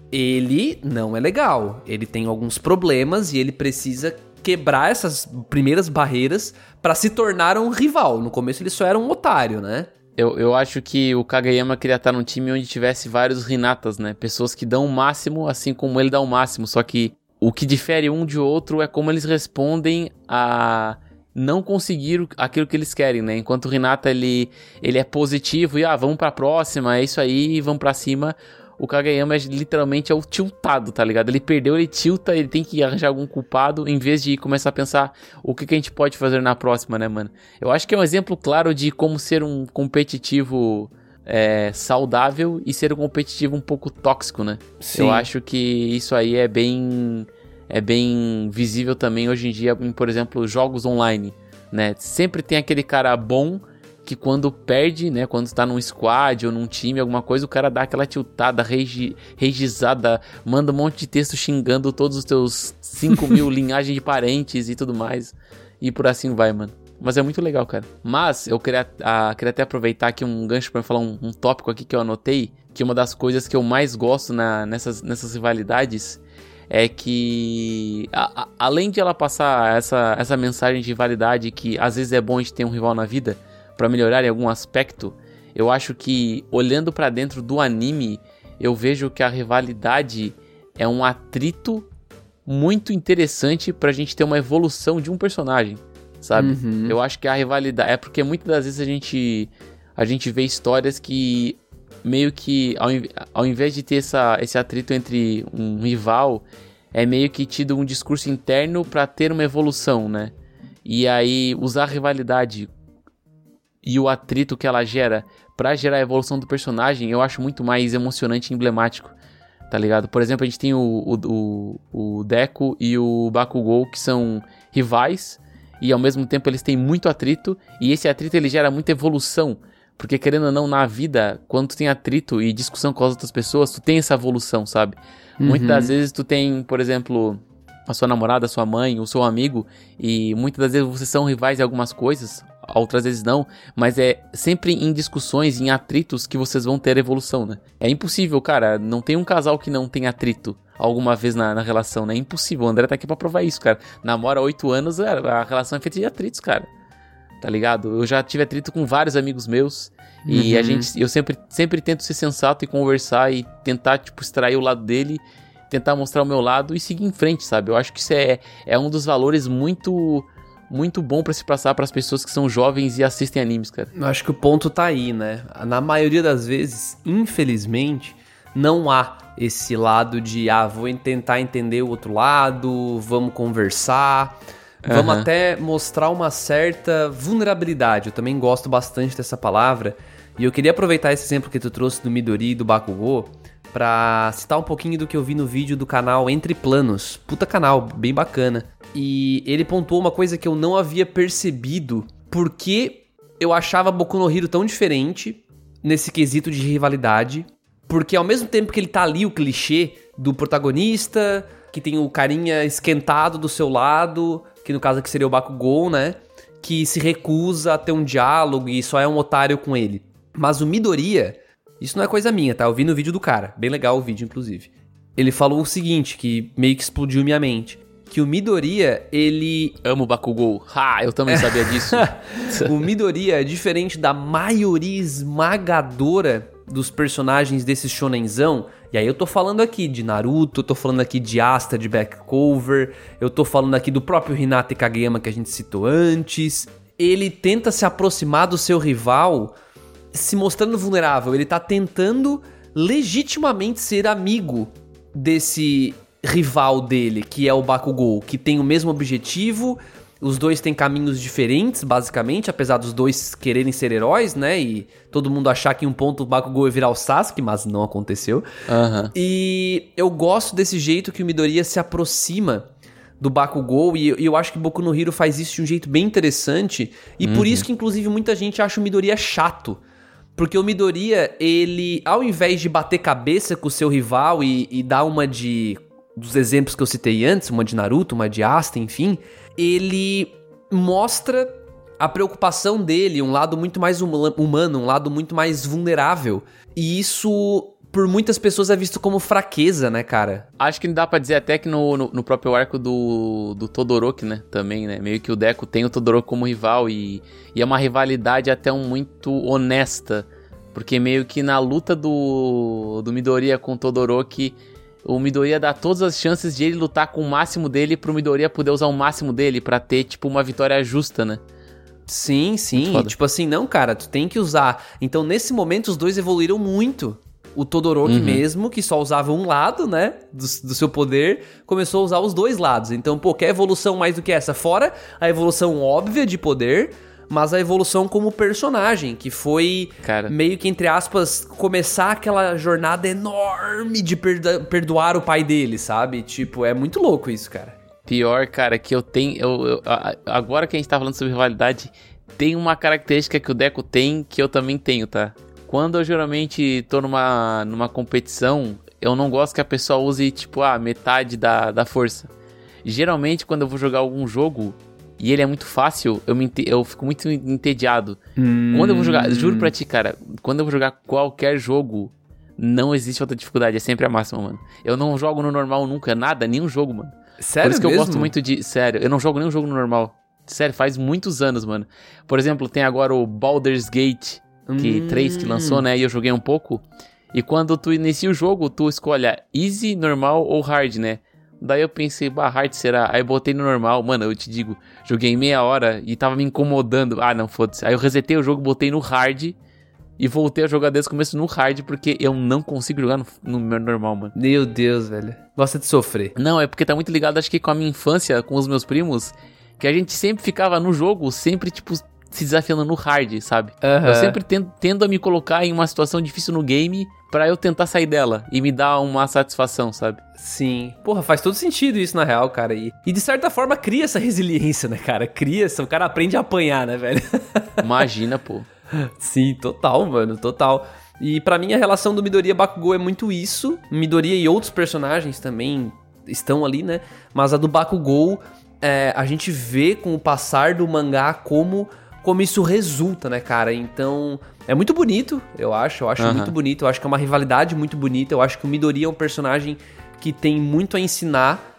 ele não é legal. Ele tem alguns problemas e ele precisa quebrar essas primeiras barreiras pra se tornar um rival. No começo ele só era um otário, né? Eu, eu acho que o Kageyama queria estar num time onde tivesse vários Hinatas, né? Pessoas que dão o máximo, assim como ele dá o máximo. Só que o que difere um de outro é como eles respondem a não conseguir aquilo que eles querem, né? Enquanto o Hinata, ele, ele é positivo e, ah, vamos pra próxima, é isso aí, vamos pra cima. O Kageyama é, literalmente é o tiltado, tá ligado? Ele perdeu, ele tilta, ele tem que arranjar algum culpado, em vez de começar a pensar o que, que a gente pode fazer na próxima, né, mano? Eu acho que é um exemplo claro de como ser um competitivo é, saudável e ser um competitivo um pouco tóxico, né? Sim. Eu acho que isso aí é bem, é bem visível também hoje em dia em, por exemplo, jogos online, né? Sempre tem aquele cara bom que quando perde, né, quando tá num squad ou num time, alguma coisa, o cara dá aquela tiltada, regi, regizada, manda um monte de texto xingando todos os teus cinco mil linhagens de parentes e tudo mais, e por assim vai, mano. Mas é muito legal, cara. Mas eu queria, ah, queria até aproveitar aqui um gancho pra falar um, um tópico aqui que eu anotei, que uma das coisas que eu mais gosto na, nessas, nessas rivalidades é que, a, a, além de ela passar essa, essa mensagem de rivalidade que às vezes é bom a gente ter um rival na vida, pra melhorar em algum aspecto, eu acho que, olhando pra dentro do anime, eu vejo que a rivalidade é um atrito muito interessante pra gente ter uma evolução de um personagem, sabe? Uhum. Eu acho que a rivalidade... É porque muitas das vezes a gente, a gente vê histórias que meio que, ao, ao invés de ter essa, esse atrito entre um rival, é meio que tido um discurso interno pra ter uma evolução, né? E aí, usar a rivalidade e o atrito que ela gera pra gerar a evolução do personagem, eu acho muito mais emocionante e emblemático, tá ligado? Por exemplo, a gente tem o, o, o, o Deku e o Bakugou, que são rivais, e ao mesmo tempo eles têm muito atrito, e esse atrito ele gera muita evolução, porque querendo ou não, na vida, quando tu tem atrito e discussão com as outras pessoas, tu tem essa evolução, sabe? Uhum. Muitas das vezes tu tem, por exemplo, a sua namorada, a sua mãe, o seu amigo, e muitas das vezes vocês são rivais em algumas coisas, outras vezes não, mas é sempre em discussões, em atritos que vocês vão ter evolução, né? É impossível, cara, não tem um casal que não tem atrito alguma vez na, na relação, né? É impossível, o André tá aqui pra provar isso, cara. Namora há oito anos, a relação é feita de atritos, cara. Tá ligado? Eu já tive atrito com vários amigos meus, uhum. e a gente, eu sempre, sempre tento ser sensato e conversar e tentar, tipo, extrair o lado dele, tentar mostrar o meu lado e seguir em frente, sabe? Eu acho que isso é, é um dos valores muito... muito bom pra se passar pras pessoas que são jovens e assistem animes, cara. Eu acho que o ponto tá aí, né? Na maioria das vezes, infelizmente, não há esse lado de, ah, vou tentar entender o outro lado, vamos conversar, uhum. vamos até mostrar uma certa vulnerabilidade. Eu também gosto bastante dessa palavra, e eu queria aproveitar esse exemplo que tu trouxe do Midori e do Bakugou pra citar um pouquinho do que eu vi no vídeo do canal Entre Planos. Puta canal, bem bacana. E ele pontuou uma coisa que eu não havia percebido, porque eu achava Boku no Hero tão diferente nesse quesito de rivalidade, porque ao mesmo tempo que ele tá ali o clichê do protagonista, que tem o carinha esquentado do seu lado, que no caso aqui seria o Bakugou, né, que se recusa a ter um diálogo e só é um otário com ele. Mas o Midoriya, isso não é coisa minha, tá? Eu vi no vídeo do cara, bem legal o vídeo, inclusive. Ele falou o seguinte, que meio que explodiu minha mente, que o Midoriya, ele... Amo o Bakugou. Ha, eu também sabia disso. O Midoriya é diferente da maioria esmagadora dos personagens desse shonenzão. E aí eu tô falando aqui de Naruto, eu tô falando aqui de Asta de Backcover, eu tô falando aqui do próprio Hinata Kageyama que a gente citou antes. Ele tenta se aproximar do seu rival se mostrando vulnerável. Ele tá tentando legitimamente ser amigo desse rival dele, que é o Bakugou, que tem o mesmo objetivo. Os dois têm caminhos diferentes, basicamente, apesar dos dois quererem ser heróis, né? E todo mundo achar que em um ponto o Bakugou ia virar o Sasuke, mas não aconteceu. Uhum. E eu gosto desse jeito que o Midoriya se aproxima do Bakugou, e eu acho que Boku no Hero faz isso de um jeito bem interessante, e uhum. por isso que, inclusive, muita gente acha o Midoriya chato. Porque o Midoriya, ele, ao invés de bater cabeça com o seu rival e, e dar uma de... dos exemplos que eu citei antes, uma de Naruto, uma de Asta, enfim, ele mostra a preocupação dele, um lado muito mais humano, um lado muito mais vulnerável. E isso, por muitas pessoas, é visto como fraqueza, né, cara? Acho que dá pra dizer até que no, no, no próprio arco do, do Todoroki, né, também, né, meio que o Deku tem o Todoroki como rival e, e é uma rivalidade até um muito honesta, porque meio que na luta do, do Midoriya com o Todoroki, o Midoriya dá todas as chances de ele lutar com o máximo dele pro Midoriya poder usar o máximo dele pra ter, tipo, uma vitória justa, né? Sim, sim. E, tipo assim, não, cara, tu tem que usar. Então, nesse momento, os dois evoluíram muito. O Todoroki uhum. mesmo, que só usava um lado, né, do, do seu poder, começou a usar os dois lados. Então, pô, quer evolução mais do que essa? Fora a evolução óbvia de poder, mas a evolução como personagem, que foi cara. meio que, entre aspas, começar aquela jornada enorme de perda- perdoar o pai dele, sabe? Tipo, é muito louco isso, cara. Pior, cara, que eu tenho... Eu, eu, agora que a gente tá falando sobre rivalidade, tem uma característica que o Deku tem que eu também tenho, tá? Quando eu geralmente tô numa, numa competição, eu não gosto que a pessoa use, tipo, a metade da, da força. Geralmente, quando eu vou jogar algum jogo... e ele é muito fácil, eu, me, eu fico muito entediado. Hum. Quando eu vou jogar, juro pra ti, cara, quando eu vou jogar qualquer jogo, não existe outra dificuldade, é sempre a máxima, mano. Eu não jogo no normal nunca, nada, nenhum jogo, mano. Sério mesmo? Por isso que mesmo? Eu gosto muito de... Sério, eu não jogo nenhum jogo no normal. Sério, faz muitos anos, mano. Por exemplo, tem agora o Baldur's Gate que, hum. três que lançou, né, e eu joguei um pouco. E quando tu inicia o jogo, tu escolhe Easy, Normal ou Hard, né? Daí eu pensei, bah, hard será? Aí eu botei no normal, mano, eu te digo, joguei meia hora e tava me incomodando. Ah, não, foda-se. Aí eu resetei o jogo, botei no hard e voltei a jogar desde o começo no hard, porque eu não consigo jogar no, no meu normal, mano. Meu Deus, velho. Gosta de sofrer. Não, é porque tá muito ligado, acho que com a minha infância, com os meus primos, que a gente sempre ficava no jogo, sempre, tipo, se desafiando no hard, sabe? Uhum. Eu sempre tendo, tendo a me colocar em uma situação difícil no game pra eu tentar sair dela e me dar uma satisfação, sabe? Sim. Porra, faz todo sentido isso na real, cara. E, e de certa forma cria essa resiliência, né, cara? Cria, o cara aprende a apanhar, né, velho? Imagina, pô. Sim, total, mano, total. E pra mim a relação do Midoriya e Bakugou é muito isso. Midoriya e outros personagens também estão ali, né? Mas a do Bakugou, é, a gente vê com o passar do mangá como... como isso resulta, né, cara? Então, é muito bonito, eu acho. Eu acho uhum. muito bonito. Eu acho que é uma rivalidade muito bonita. Eu acho que o Midoriya é um personagem que tem muito a ensinar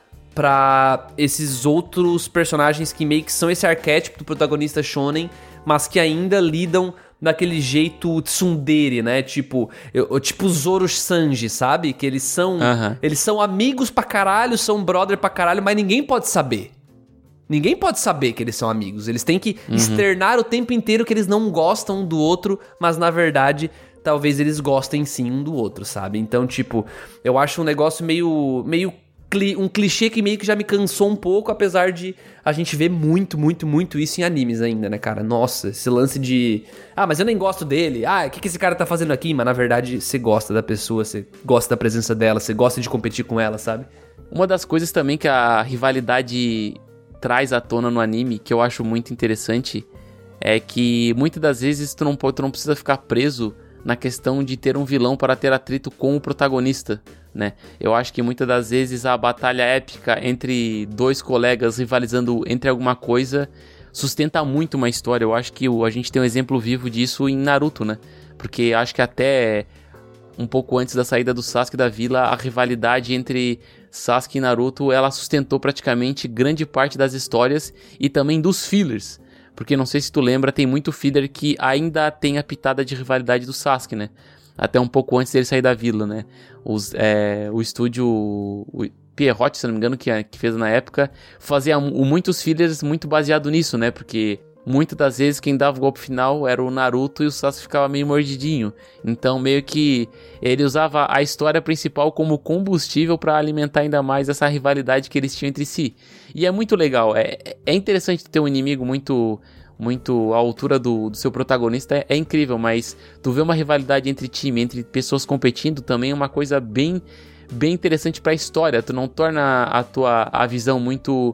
pra esses outros personagens que meio que são esse arquétipo do protagonista shonen, mas que ainda lidam daquele jeito tsundere, né? Tipo, eu, tipo Zoro Sanji, sabe? Que eles são, uhum. eles são amigos pra caralho, são brother pra caralho, mas ninguém pode saber. Ninguém pode saber que eles são amigos. Eles têm que uhum. externar o tempo inteiro que eles não gostam um do outro, mas na verdade, talvez eles gostem sim um do outro, sabe? Então, tipo, eu acho um negócio meio... meio cli- um clichê que meio que já me cansou um pouco, apesar de a gente ver muito, muito, muito isso em animes ainda, né, cara? Nossa, esse lance de... Ah, mas eu nem gosto dele. Ah, o que, que esse cara tá fazendo aqui? Mas na verdade, você gosta da pessoa, você gosta da presença dela, você gosta de competir com ela, sabe? Uma das coisas também que a rivalidade... traz à tona no anime, que eu acho muito interessante, é que muitas das vezes tu não, pode, tu não precisa ficar preso na questão de ter um vilão para ter atrito com o protagonista, né? Eu acho que muitas das vezes a batalha épica entre dois colegas rivalizando entre alguma coisa sustenta muito uma história. Eu acho que a gente tem um exemplo vivo disso em Naruto, né? Porque acho que até um pouco antes da saída do Sasuke da vila, a rivalidade entre Sasuke e Naruto, ela sustentou praticamente grande parte das histórias e também dos fillers. Porque não sei se tu lembra, tem muito filler que ainda tem a pitada de rivalidade do Sasuke, né? Até um pouco antes dele sair da vila, né? Os, é, o estúdio o Pierrot, se não me engano, que, que fez na época, fazia muitos fillers muito baseado nisso, né? Porque muitas das vezes quem dava o golpe final era o Naruto e o Sasuke ficava meio mordidinho. Então meio que ele usava a história principal como combustível para alimentar ainda mais essa rivalidade que eles tinham entre si. E é muito legal, é, é interessante ter um inimigo muito, muito à altura do, do seu protagonista, é, é incrível, mas tu vê uma rivalidade entre time, entre pessoas competindo também é uma coisa bem, bem interessante para a história. Tu não torna a tua a visão muito...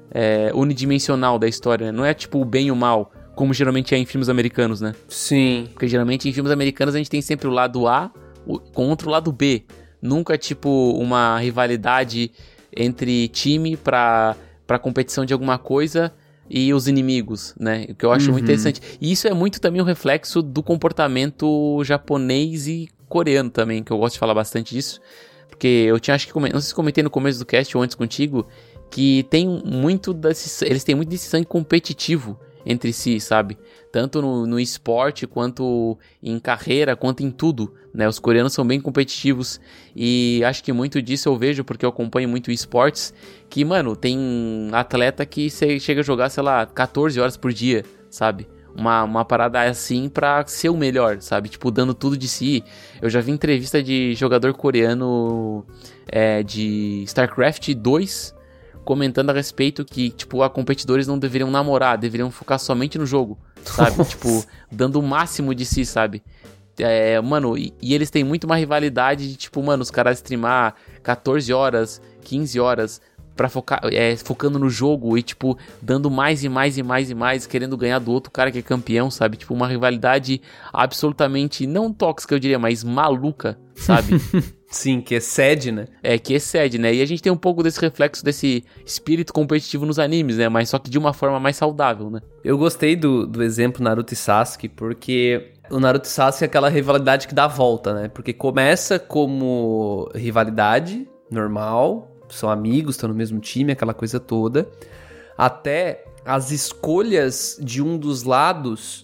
É, unidimensional da história, né? Não é tipo o bem e o mal, como geralmente é em filmes americanos, né? Sim. Porque geralmente em filmes americanos a gente tem sempre o lado A contra o lado B. Nunca tipo uma rivalidade entre time pra, pra competição de alguma coisa e os inimigos, né? O que eu acho uhum. muito interessante. E isso é muito também um reflexo do comportamento japonês e coreano também, que eu gosto de falar bastante disso. Porque eu tinha, acho que, não sei se comentei no começo do cast ou antes contigo, que tem muito desse, eles têm muito desse sangue competitivo entre si, sabe? Tanto no, no esporte, quanto em carreira, quanto em tudo, né? Os coreanos são bem competitivos e acho que muito disso eu vejo porque eu acompanho muito esportes, que, mano, tem atleta que chega a jogar, sei lá, catorze horas por dia, sabe? Uma, uma parada assim pra ser o melhor, sabe? Tipo, dando tudo de si. Eu já vi entrevista de jogador coreano é, de StarCraft dois comentando a respeito que, tipo, a competidores não deveriam namorar, deveriam focar somente no jogo, sabe? Nossa. Tipo, dando o máximo de si, sabe? É, mano, e, e eles têm muito uma rivalidade de, tipo, mano, os caras streamar catorze horas, quinze horas pra focar, é, focando no jogo e, tipo, dando mais e mais e mais e mais, querendo ganhar do outro cara que é campeão, sabe? Tipo, uma rivalidade absolutamente, não tóxica, eu diria, mas maluca, sabe? Sim, que excede, né? É, que excede, né? E a gente tem um pouco desse reflexo, desse espírito competitivo nos animes, né? Mas só que de uma forma mais saudável, né? Eu gostei do, do exemplo Naruto e Sasuke, porque o Naruto e Sasuke é aquela rivalidade que dá a volta, né? Porque começa como rivalidade normal, são amigos, estão no mesmo time, aquela coisa toda, até as escolhas de um dos lados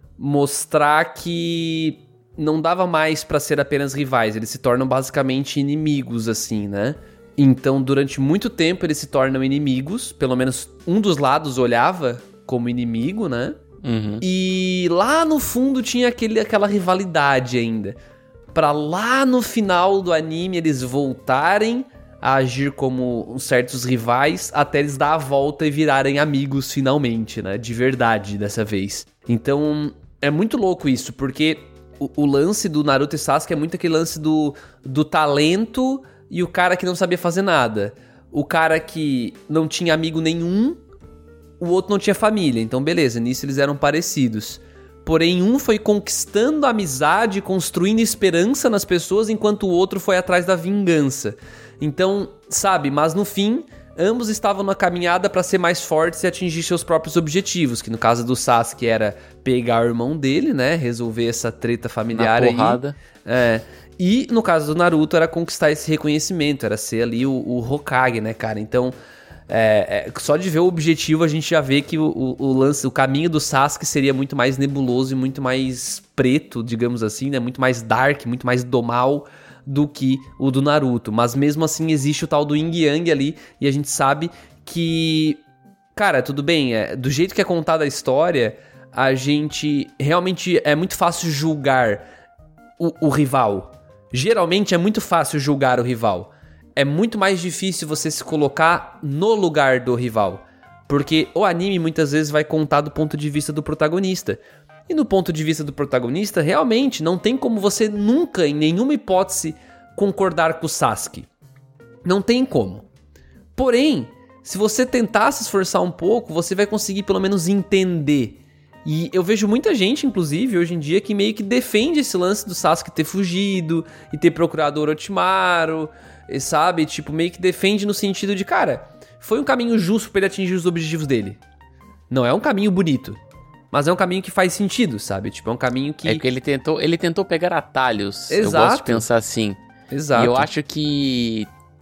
mostrar que não dava mais pra ser apenas rivais, eles se tornam basicamente inimigos, assim, né? Então, durante muito tempo, eles se tornam inimigos, pelo menos um dos lados olhava como inimigo, né? Uhum. E lá no fundo tinha aquele, aquela rivalidade ainda. Pra lá no final do anime eles voltarem a agir como certos rivais, até eles dar a volta e virarem amigos finalmente, né? De verdade, dessa vez. Então, é muito louco isso, porque o, o lance do Naruto e Sasuke é muito aquele lance do, do talento e o cara que não sabia fazer nada. O cara que não tinha amigo nenhum, o outro não tinha família. Então, beleza, nisso eles eram parecidos. Porém, um foi conquistando a amizade, construindo esperança nas pessoas, enquanto o outro foi atrás da vingança. Então, sabe, mas no fim, ambos estavam na caminhada para ser mais fortes e atingir seus próprios objetivos, que no caso do Sasuke era pegar o irmão dele, né, resolver essa treta familiar aí. porrada. É, e no caso do Naruto era conquistar esse reconhecimento, era ser ali o, o Hokage, né, cara? Então, é, é, só de ver o objetivo a gente já vê que o, o, o lance, o caminho do Sasuke seria muito mais nebuloso e muito mais preto, digamos assim, né, muito mais dark, muito mais do mal do que o do Naruto, mas mesmo assim existe o tal do Yin Yang ali, e a gente sabe que, cara, tudo bem, é, do jeito que é contada a história, a gente realmente é muito fácil julgar o, o rival, geralmente é muito fácil julgar o rival, é muito mais difícil você se colocar no lugar do rival, porque o anime muitas vezes vai contar do ponto de vista do protagonista. E no ponto de vista do protagonista, realmente, não tem como você nunca, em nenhuma hipótese, concordar com o Sasuke. Não tem como. Porém, se você tentar se esforçar um pouco, você vai conseguir pelo menos entender. E eu vejo muita gente, inclusive, hoje em dia, que meio que defende esse lance do Sasuke ter fugido e ter procurado Orochimaru, sabe? Tipo, meio que defende no sentido de, cara, foi um caminho justo pra ele atingir os objetivos dele. Não é um caminho bonito. Mas é um caminho que faz sentido, sabe? Tipo, é um caminho que... É que ele tentou, ele tentou pegar atalhos. Exato. Eu gosto de pensar assim. Exato. E eu acho que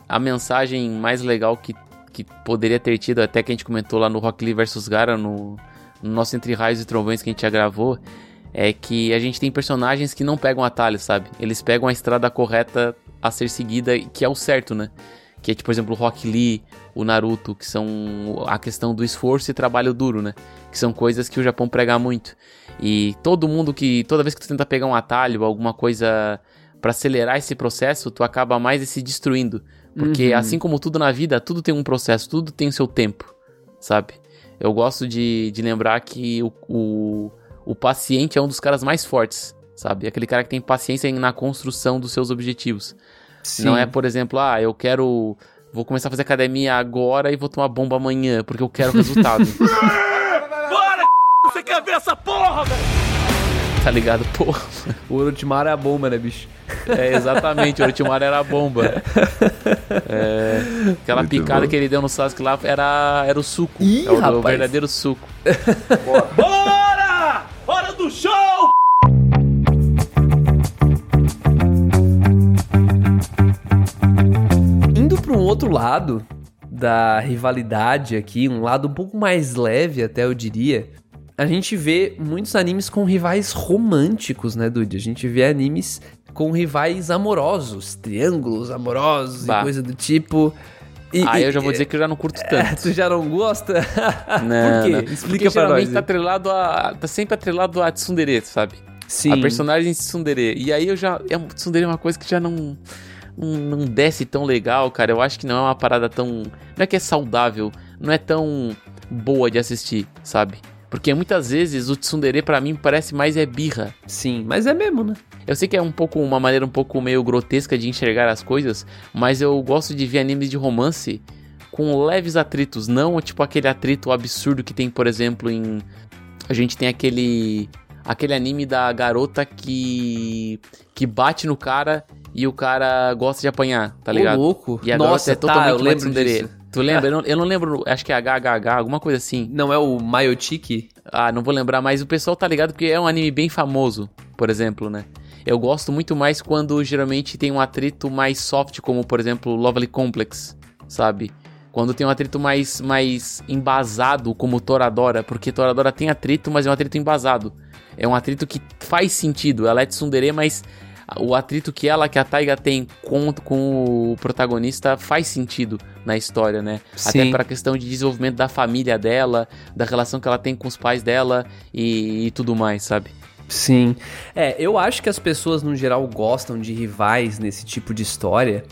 a mensagem mais legal que, que poderia ter tido, até que a gente comentou lá no Rock Lee versus. Gaara, no, no nosso Entre Raios e Trovões que a gente já gravou, é que a gente tem personagens que não pegam atalho, sabe? Eles pegam a estrada correta a ser seguida, que é o certo, né? Que é, tipo, por exemplo, o Rock Lee, o Naruto, que são a questão do esforço e trabalho duro, né? Que são coisas que o Japão prega muito. E todo mundo que... Toda vez que tu tenta pegar um atalho, alguma coisa pra acelerar esse processo, tu acaba mais se destruindo. Porque, uhum. assim como tudo na vida, tudo tem um processo, tudo tem o seu tempo, sabe? Eu gosto de, de lembrar que o, o, o paciente é um dos caras mais fortes, sabe? Aquele cara que tem paciência na construção dos seus objetivos. Sim. Não é, por exemplo, ah, eu quero... Vou começar a fazer academia agora e vou tomar bomba amanhã, porque eu quero resultado. Bora, você quer ver essa porra, velho? Tá ligado? Porra. O Orochimaru é a bomba, né, bicho? É, exatamente, o Orochimaru era a bomba. É, aquela muito picada bom. Que ele deu no Sasuke lá era, era o suco. Ih, é o, rapaz. o verdadeiro suco. Bora! Bora! Hora do show! Indo para um outro lado da rivalidade aqui, um lado um pouco mais leve até eu diria, a gente vê muitos animes com rivais românticos, né, Dude? A gente vê animes com rivais amorosos, triângulos amorosos bah. E coisa do tipo. E, ah, e, eu já vou dizer que eu já não curto tanto. É, tu já não gosta? Não, por quê? Não. Explica Porque pra geralmente nós. Tá, atrelado a, tá sempre atrelado a tsundere, sabe? Sim. A personagem tsundere. E aí eu já... É, tsundere é uma coisa que já não... Não, não desce tão legal, cara. Eu acho que não é uma parada tão... Não é que é saudável. Não é tão boa de assistir, sabe? Porque muitas vezes o tsundere pra mim parece mais é birra. Sim, mas é mesmo, né? Eu sei que é um pouco uma maneira um pouco meio grotesca de enxergar as coisas, mas eu gosto de ver animes de romance com leves atritos, não tipo aquele atrito absurdo que tem, por exemplo, em... A gente tem aquele... Aquele anime da garota que... que bate no cara e o cara gosta de apanhar, tá ligado? Ô, louco. E a Nossa, garota é totalmente tá, eu lembro tsundere. disso. Tu lembra? Eu não, eu não lembro, acho que é H H H, alguma coisa assim. Não é o Mayotiki? Ah, não vou lembrar, mas o pessoal tá ligado porque é um anime bem famoso, por exemplo, né? Eu gosto muito mais quando geralmente tem um atrito mais soft, como por exemplo Lovely Complex, sabe? Quando tem um atrito mais, mais embasado, como Toradora, porque Toradora tem atrito, mas é um atrito embasado. É um atrito que faz sentido, ela é tsundere, mas o atrito que ela, que a Taiga tem com, com o protagonista faz sentido na história, né? Sim. Até para a questão de desenvolvimento da família dela, da relação que ela tem com os pais dela e, e tudo mais, sabe? Sim. É, eu acho que as pessoas no geral gostam de rivais nesse tipo de história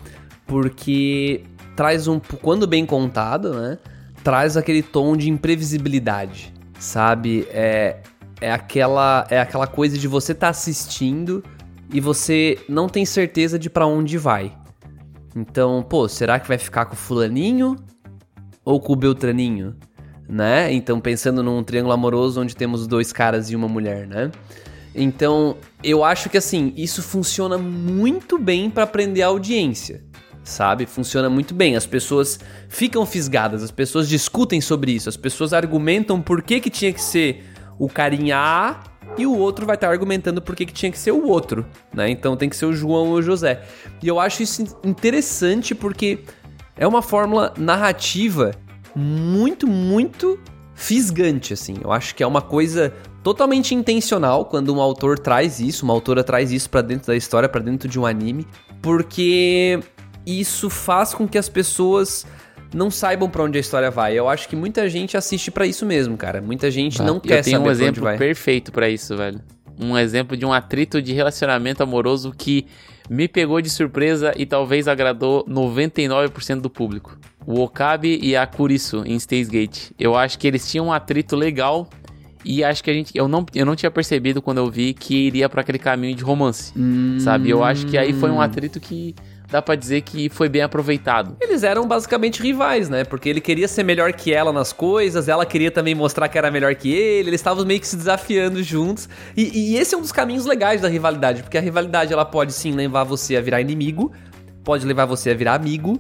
porque traz um... Quando bem contado, né? Traz aquele tom de imprevisibilidade, sabe? É, é, aquela, é aquela coisa de você tá assistindo e você não tem certeza de pra onde vai. Então, pô, será que vai ficar com o fulaninho ou com o beltraninho, né? Então, pensando num triângulo amoroso onde temos dois caras e uma mulher, né? Então, eu acho que, assim, isso funciona muito bem pra prender a audiência, sabe? Funciona muito bem. As pessoas ficam fisgadas, as pessoas discutem sobre isso, as pessoas argumentam por que que tinha que ser o carinha A e o outro vai estar argumentando por que que tinha que ser o outro, né? Então tem que ser o João ou o José. E eu acho isso interessante porque é uma fórmula narrativa muito, muito fisgante, assim. Eu acho que é uma coisa totalmente intencional quando um autor traz isso, uma autora traz isso pra dentro da história, pra dentro de um anime, porque isso faz com que as pessoas não saibam pra onde a história vai. Eu acho que muita gente assiste pra isso mesmo, cara. Muita gente ah, não quer saber um pra onde vai. Eu tenho um exemplo perfeito pra isso, velho. Um exemplo de um atrito de relacionamento amoroso que me pegou de surpresa e talvez agradou noventa e nove por cento do público. O Okabe e a Kurisu em Steins Gate. Eu acho que eles tinham um atrito legal e acho que a gente... Eu não, eu não tinha percebido quando eu vi que iria pra aquele caminho de romance, hum... sabe? Eu acho que aí foi um atrito que... Dá pra dizer que foi bem aproveitado. Eles eram basicamente rivais, né? Porque ele queria ser melhor que ela nas coisas, ela queria também mostrar que era melhor que ele, eles estavam meio que se desafiando juntos. E, e esse é um dos caminhos legais da rivalidade, porque a rivalidade ela pode sim levar você a virar inimigo, pode levar você a virar amigo,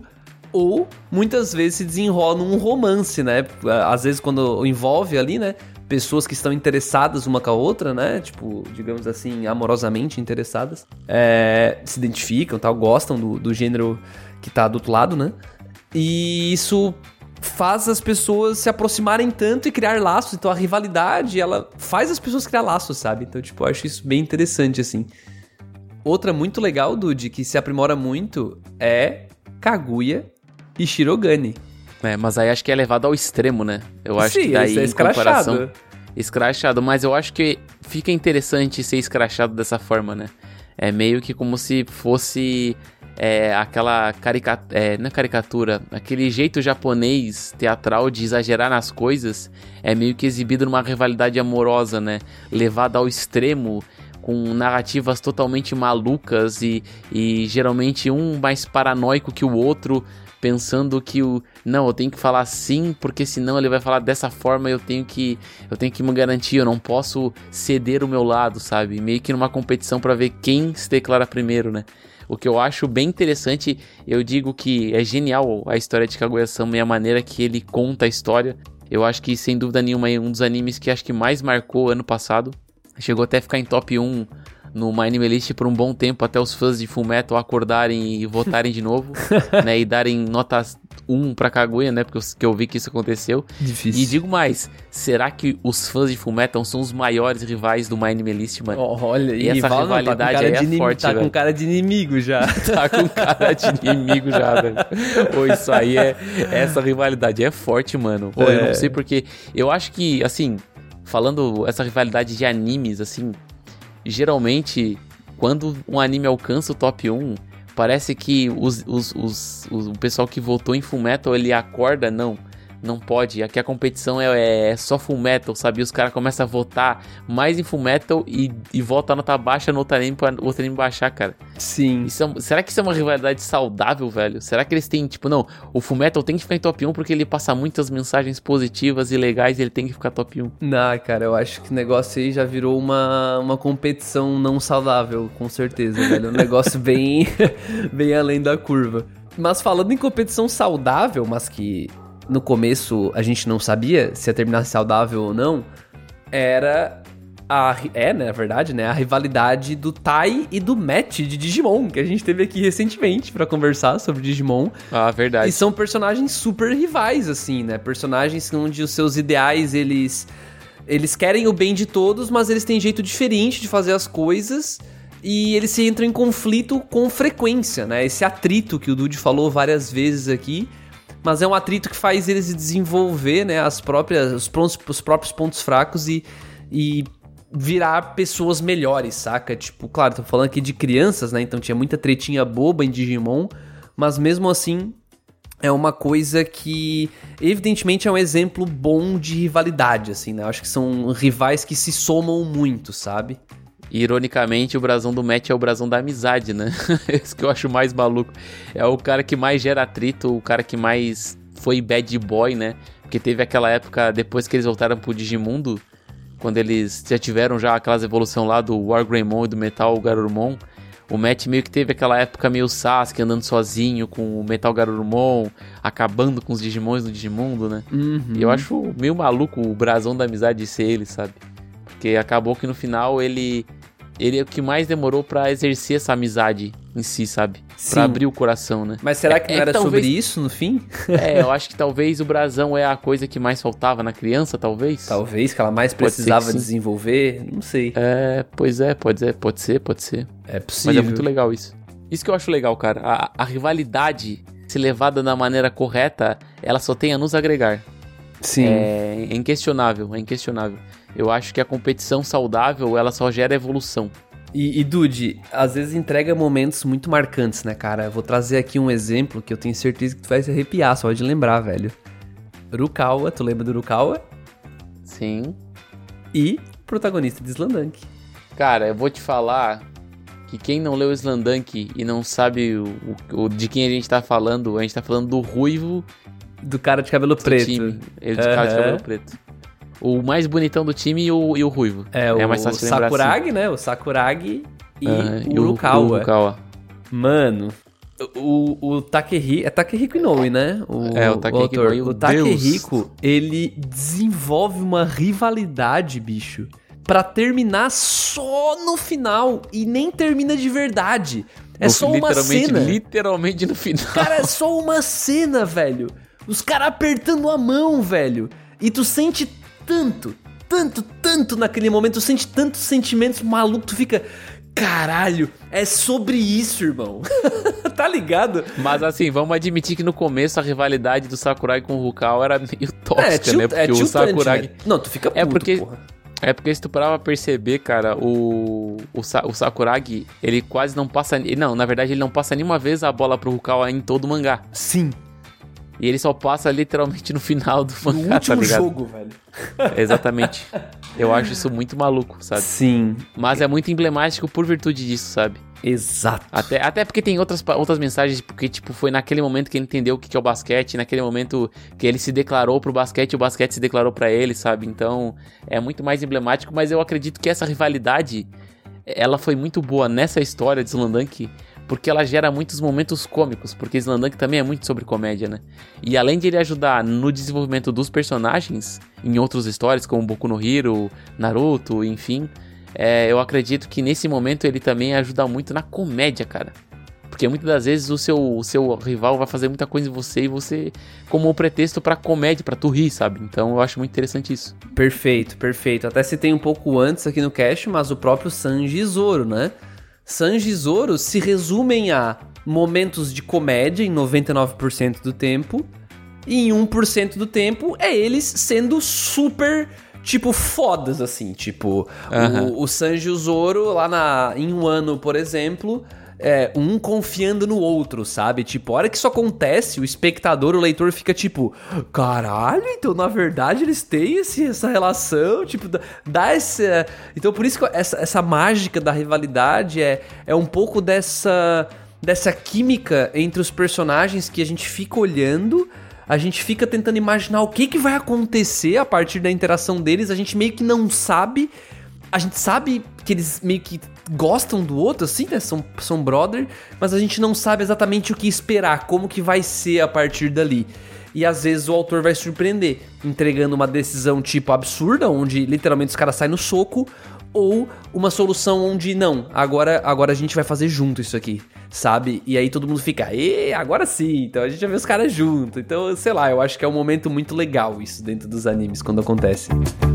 ou muitas vezes se desenrola num romance, né? Às vezes quando envolve ali, né, pessoas que estão interessadas uma com a outra, né? Tipo, digamos assim, amorosamente interessadas, é, se identificam, tal, gostam do, do gênero que tá do outro lado, né? E isso faz as pessoas se aproximarem tanto e criar laços. Então a rivalidade, ela faz as pessoas criar laços, sabe? Então, tipo, eu acho isso bem interessante, assim. Outra muito legal, Dude, que se aprimora muito é Kaguya e Shirogane. É, mas aí acho que é levado ao extremo, né? Eu acho Sim, que daí, é em comparação... escrachado. Escrachado, mas eu acho que fica interessante ser escrachado dessa forma, né? É meio que como se fosse é, aquela caricatura, é, não é caricatura, aquele jeito japonês teatral de exagerar nas coisas, é meio que exibido numa rivalidade amorosa, né? Levada ao extremo, com narrativas totalmente malucas e, e geralmente um mais paranoico que o outro, pensando que o não, eu tenho que falar assim, porque senão ele vai falar dessa forma, eu tenho que eu tenho que me garantir, eu não posso ceder o meu lado, sabe? Meio que numa competição pra ver quem se declara primeiro, né? O que eu acho bem interessante, eu digo que é genial a história de Kaguya-sama e a maneira que ele conta a história. Eu acho que, sem dúvida nenhuma, é um dos animes que acho que mais marcou ano passado. Chegou até a ficar em top um no My Anime List por um bom tempo, até os fãs de Fullmetal acordarem e votarem de novo, né, e darem nota um pra Kaguya, né, porque eu, que eu vi que isso aconteceu. Difícil. E digo mais, será que os fãs de Fullmetal são os maiores rivais do My Anime List, mano? Oh, olha, e essa rival, rivalidade não, tá aí é inim... forte, Tá velho. com cara de inimigo já. Tá com cara de inimigo já, velho. Pô, isso aí é... Essa rivalidade é forte, mano. Pô, é. eu não sei porque... Eu acho que, assim, falando essa rivalidade de animes, assim... Geralmente, quando um anime alcança o top um, parece que os, os, os, os, o pessoal que votou em Fullmetal, ele acorda, não, não pode, aqui a competição é, é só Fullmetal, sabe? E os caras começam a votar mais em Fullmetal e, e votam a nota baixa no outro anime pra o outro anime baixar, cara. Sim. Isso é, será que isso é uma rivalidade saudável, velho? Será que eles têm, tipo, não, o Fullmetal tem que ficar em top um porque ele passa muitas mensagens positivas e legais e ele tem que ficar top um? Não, cara, eu acho que o negócio aí já virou uma, uma competição não saudável, com certeza, velho. Um negócio bem, bem além da curva. Mas falando em competição saudável, mas que no começo a gente não sabia se ia terminar saudável ou não, era... A, é, né, na verdade, né, a rivalidade do Tai e do Matt de Digimon, que a gente teve aqui recentemente pra conversar sobre Digimon. Ah, verdade. E são personagens super rivais, assim, né, personagens onde os seus ideais, eles, eles querem o bem de todos, mas eles têm jeito diferente de fazer as coisas e eles se entram em conflito com frequência, né, esse atrito que o Dude falou várias vezes aqui, mas é um atrito que faz eles desenvolver, né, as próprias, os, pontos, os próprios pontos fracos e... e virar pessoas melhores, saca? Tipo, claro, tô falando aqui de crianças, né? Então tinha muita tretinha boba em Digimon, mas mesmo assim é uma coisa que evidentemente é um exemplo bom de rivalidade, assim, né? Eu acho que são rivais que se somam muito, sabe? Ironicamente, o brasão do Matt é o brasão da amizade, né? Esse que eu acho mais maluco. É o cara que mais gera atrito, o cara que mais foi bad boy, né? Porque teve aquela época, depois que eles voltaram pro Digimundo, quando eles já tiveram já aquelas evolução lá do Wargreymon e do Metal Garurumon, o Matt meio que teve aquela época meio Sasuke, andando sozinho com o Metal Garurumon, acabando com os Digimons no Digimundo, né? Uhum. E eu acho meio maluco o brasão da amizade de ser ele, sabe? Porque acabou que no final ele... Ele é o que mais demorou pra exercer essa amizade em si, sabe? Sim. Pra abrir o coração, né? Mas será que É- não é era que talvez- sobre isso no fim? É, eu acho que talvez o brasão é a coisa que mais faltava na criança, talvez. Talvez, que ela mais Pode ser precisava que sim. desenvolver, não sei. É, pois é, pode ser, pode ser, pode ser. É possível. Mas é muito legal isso. Isso que eu acho legal, cara. A, a rivalidade, se levada da maneira correta, ela só tem a nos agregar. Sim. É, é inquestionável, é inquestionável. Eu acho que a competição saudável, ela só gera evolução. E, e Dude, às vezes entrega momentos muito marcantes, né, cara? Eu vou trazer aqui um exemplo que eu tenho certeza que tu vai se arrepiar, só de lembrar, velho. Rukawa, tu lembra do Rukawa? Sim. E protagonista de Slandunk. Cara, eu vou te falar que quem não leu Slandunk e não sabe o, o- o- de quem a gente tá falando, a gente tá falando do Ruivo Do cara de cabelo do preto. time. Ele de cara de Aham. cabelo preto. O mais bonitão do time e o, e o Ruivo. É, o mais fácil de lembrar assim. Sakuragi, né? O Sakuragi e Ah, o Rukawa. Rukawa. Mano, O, o Takehiko... É Takehiko Inoue, né? O, é, o Takehiko Inoue. O Takehiko, ele desenvolve uma rivalidade, bicho, pra terminar só no final. E nem termina de verdade. É no, só uma cena. Literalmente no final. Cara, é só uma cena, velho. Os caras apertando a mão, velho. E tu sente tanto, tanto, tanto naquele momento. Tu sente tantos sentimentos malucos. Tu fica... Caralho, é sobre isso, irmão. Tá ligado? Mas assim, vamos admitir que no começo a rivalidade do Sakuragi com o Rukawa era meio tóxica, é, tio, né? Porque é o Sakuragi... Né? Não, tu fica puto, é porque, porra. É porque se tu parar pra perceber, cara, o, o, o Sakuragi, ele quase não passa... Não, na verdade ele não passa nenhuma vez a bola pro Rukawa em todo o mangá. Sim. E ele só passa literalmente no final do mangá, no último tá ligado? jogo, velho. Exatamente. Eu acho isso muito maluco, sabe? Sim. Mas é muito emblemático por virtude disso, sabe? Exato. Até, até porque tem outras, outras mensagens, porque tipo, foi naquele momento que ele entendeu o que é o basquete, naquele momento que ele se declarou pro basquete e o basquete se declarou pra ele, sabe? Então, é muito mais emblemático, mas eu acredito que essa rivalidade, ela foi muito boa nessa história de Slamdunk, porque ela gera muitos momentos cômicos, porque Slamdunk também é muito sobre comédia, né? E além de ele ajudar no desenvolvimento dos personagens, em outras histórias, como Boku no Hero, Naruto, enfim, é, eu acredito que nesse momento ele também ajuda muito na comédia, cara. Porque muitas das vezes o seu, o seu rival vai fazer muita coisa em você e você, como um pretexto pra comédia, pra tu rir, sabe? Então eu acho muito interessante isso. Perfeito, perfeito. Até citei um pouco antes aqui no cast, mas o próprio Sanji e Zoro, né? Sanji e Zoro se resumem a momentos de comédia em noventa e nove por cento do tempo, e em um por cento do tempo é eles sendo super, tipo, fodas, assim. Tipo, uhum. o, o Sanji e o Zoro lá na, em um ano, por exemplo... É, um confiando no outro, sabe? Tipo, a hora que isso acontece, o espectador, o leitor fica tipo, caralho, então na verdade eles têm esse, essa relação, tipo, dá, dá essa... Então por isso que essa, essa mágica da rivalidade é, é um pouco dessa, dessa química entre os personagens que a gente fica olhando, a gente fica tentando imaginar o que, que vai acontecer a partir da interação deles, a gente meio que não sabe... A gente sabe que eles meio que gostam do outro, assim, né? São, são brother, mas a gente não sabe exatamente o que esperar, como que vai ser a partir dali. E às vezes o autor vai surpreender, entregando uma decisão tipo absurda, onde literalmente os caras saem no soco, ou uma solução onde, não, agora, agora a gente vai fazer junto isso aqui, sabe? E aí todo mundo fica, e agora sim, então a gente vai ver os caras junto. Então, sei lá, eu acho que é um momento muito legal isso dentro dos animes, quando acontece.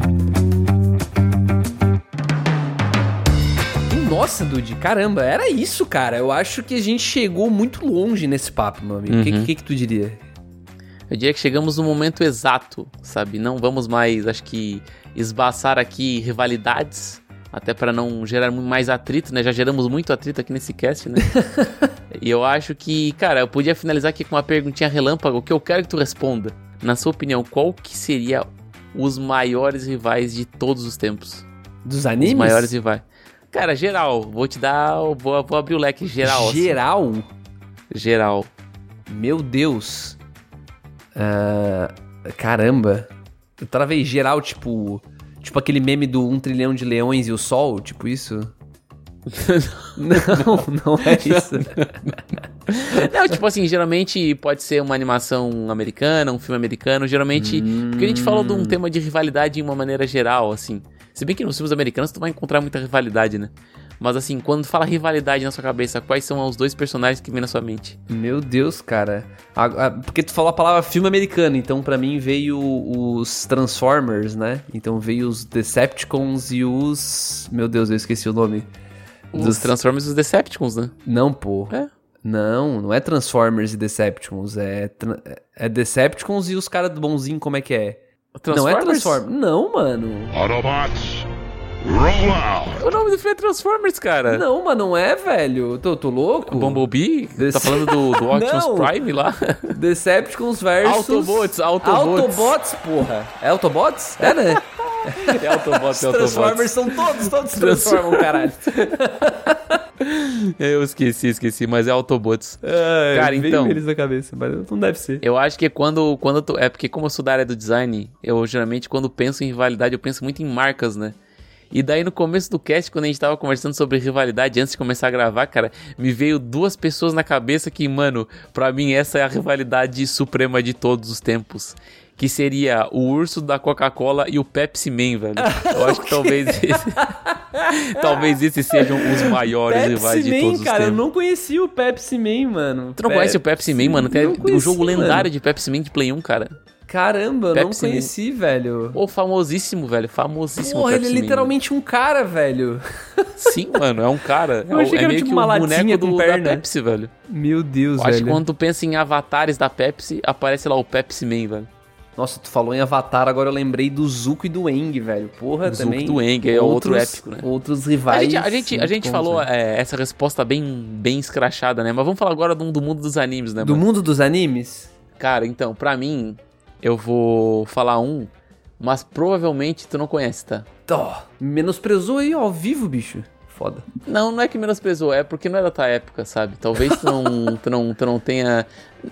Nossa, Dude, caramba, era isso, cara. Eu acho que a gente chegou muito longe nesse papo, meu amigo. O uhum. que, que, que tu diria? Eu diria que chegamos no momento exato, sabe? Não vamos mais, acho que, esbaçar aqui rivalidades, até para não gerar mais atrito, né? Já geramos muito atrito aqui nesse cast, né? E eu acho que, cara, eu podia finalizar aqui com uma perguntinha relâmpago, que eu quero que tu responda. Na sua opinião, qual que seria os maiores rivais de todos os tempos? Dos animes? Os maiores rivais. Cara, geral, vou te dar, vou, vou abrir o leque geral. Geral? Assim. Geral. Meu Deus. Uh, caramba. Eu travei geral, tipo, tipo aquele meme do um trilhão de leões e o sol, tipo isso? não, não é isso. Não, tipo assim, geralmente pode ser uma animação americana, um filme americano, geralmente, hum... porque a gente falou de um tema de rivalidade de uma maneira geral, assim. Se bem que nos filmes americanos tu vai encontrar muita rivalidade, né? Mas assim, quando fala rivalidade na sua cabeça, quais são os dois personagens que vem na sua mente? Meu Deus, cara. A, a, porque tu falou a palavra filme americano, então pra mim veio os Transformers, né? Então veio os Decepticons e os... Meu Deus, eu esqueci o nome. Os dos... Transformers e os Decepticons, né? Não, pô. É. Não, não é Transformers e Decepticons, é, é Decepticons e os caras do bonzinho, como é que é? Não é Transformers? Não, mano. Autobots, roll out. O nome do filme é Transformers, cara. Não, mas não é, velho. Eu tô, tô louco. Bumblebee? Dece... Tá falando do, do Optimus Prime lá? Decepticons versus... Autobots, Autobots. Autobots, porra. É Autobots? É, né? É Autobots, é Autobots. Os Transformers são todos, todos se transformam, caralho. Eu esqueci, esqueci, mas é Autobots. É, cara, então... eles na cabeça, mas não deve ser. Eu acho que quando, quando eu tô, é porque como eu sou da área do design, eu geralmente quando penso em rivalidade, eu penso muito em marcas, né? E daí no começo do cast, quando a gente tava conversando sobre rivalidade, antes de começar a gravar, cara, me veio duas pessoas na cabeça que, mano, pra mim essa é a rivalidade suprema de todos os tempos. Que seria o urso da Coca-Cola e o Pepsi Man, velho. Eu acho que talvez esse, talvez esses sejam os maiores Pepsi rivais de Man, todos os cara, tempos. eu não conhecia o Pepsi Man, mano. Tu não Pe- conhece o Pepsi Man, mano? Tem o jogo lendário de Pepsi Man de Play um, cara. Caramba, eu Pepsi não conheci, Man. velho. Pô, famosíssimo, velho. Famosíssimo. Porra, Pepsi ele é literalmente Man, um cara, velho. Sim, mano, é um cara. Eu achei é que era meio tipo que uma o latinha boneco com do, perna. da Pepsi, velho. Meu Deus, Eu velho. acho que quando tu pensa em avatares da Pepsi, aparece lá o Pepsi Man, velho. Nossa, tu falou em Avatar, agora eu lembrei do Zuko e do Aang, velho. Porra, o também. Zuko e do Aang é outro épico, né? Outros rivais. A gente, a gente, a gente falou é, essa resposta bem, bem escrachada, né? Mas vamos falar agora do, do mundo dos animes, né, Do mano? mundo dos animes? Cara, então, pra mim, eu vou falar um, mas provavelmente tu não conhece, tá? Tó, menosprezou aí ao vivo, bicho. Foda. Não, não é que menosprezou, é porque não é da tua época, sabe? Talvez tu não, tu não, tu não tenha...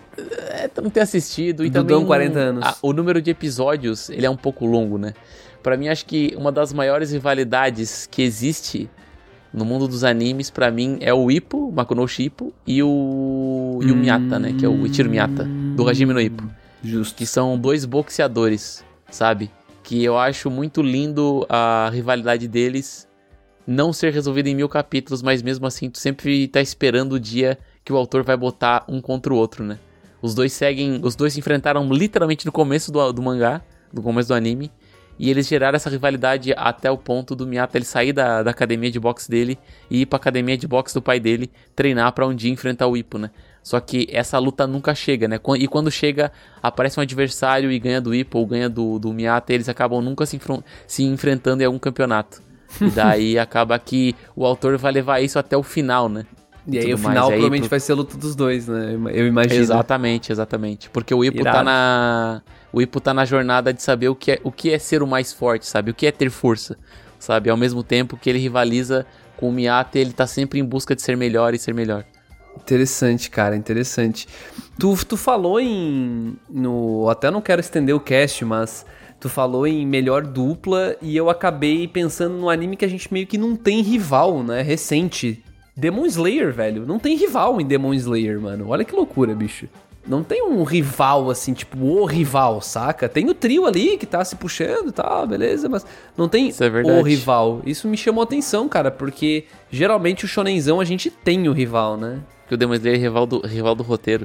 É, tu não tenha assistido. E Dudão, também quarenta anos. A, o número de episódios, ele é um pouco longo, né? Pra mim, acho que uma das maiores rivalidades que existe no mundo dos animes, pra mim, é o Ippo, o Makunoshi Ippo, e o, e o Miyata, né? Que é o Ichiro Miyata, do Hajime no Ippo. Justo. Que são dois boxeadores, sabe? Que eu acho muito lindo a rivalidade deles não ser resolvida em mil capítulos, mas mesmo assim tu sempre tá esperando o dia que o autor vai botar um contra o outro, né? Os dois seguem, os dois se enfrentaram literalmente no começo do, do mangá, no começo do anime, e eles geraram essa rivalidade até o ponto do Miyata ele sair da, da academia de boxe dele e ir pra academia de boxe do pai dele treinar pra um dia enfrentar o Ippo, né? Só que essa luta nunca chega, né? E quando chega, aparece um adversário e ganha do Ippo ou ganha do, do Miyata, e eles acabam nunca se, enfr- se enfrentando em algum campeonato. E daí acaba que o autor vai levar isso até o final, né? E, e aí o mais. final aí, provavelmente pro... vai ser a luta dos dois, né? Eu imagino. Exatamente, exatamente. Porque o Ippo tá na... O Ippo tá na jornada de saber o que, é, o que é ser o mais forte, sabe? O que é ter força, sabe? Ao mesmo tempo que ele rivaliza com o Miyata, ele tá sempre em busca de ser melhor e ser melhor. Interessante, cara, interessante. Tu, tu falou em... No, até não quero estender o cast, mas... Tu falou em melhor dupla e eu acabei pensando no anime que a gente meio que não tem rival, né? Recente. Demon Slayer, velho. Não tem rival em Demon Slayer, mano. Olha que loucura, bicho. Não tem um rival, assim, tipo, o rival, saca? Tem o trio ali que tá se puxando e tal, beleza, mas não tem Isso é verdade. o rival. Isso me chamou a atenção, cara, porque geralmente o shonenzão a gente tem o rival, né? Que o Demon Slayer é rival do, rival do roteiro.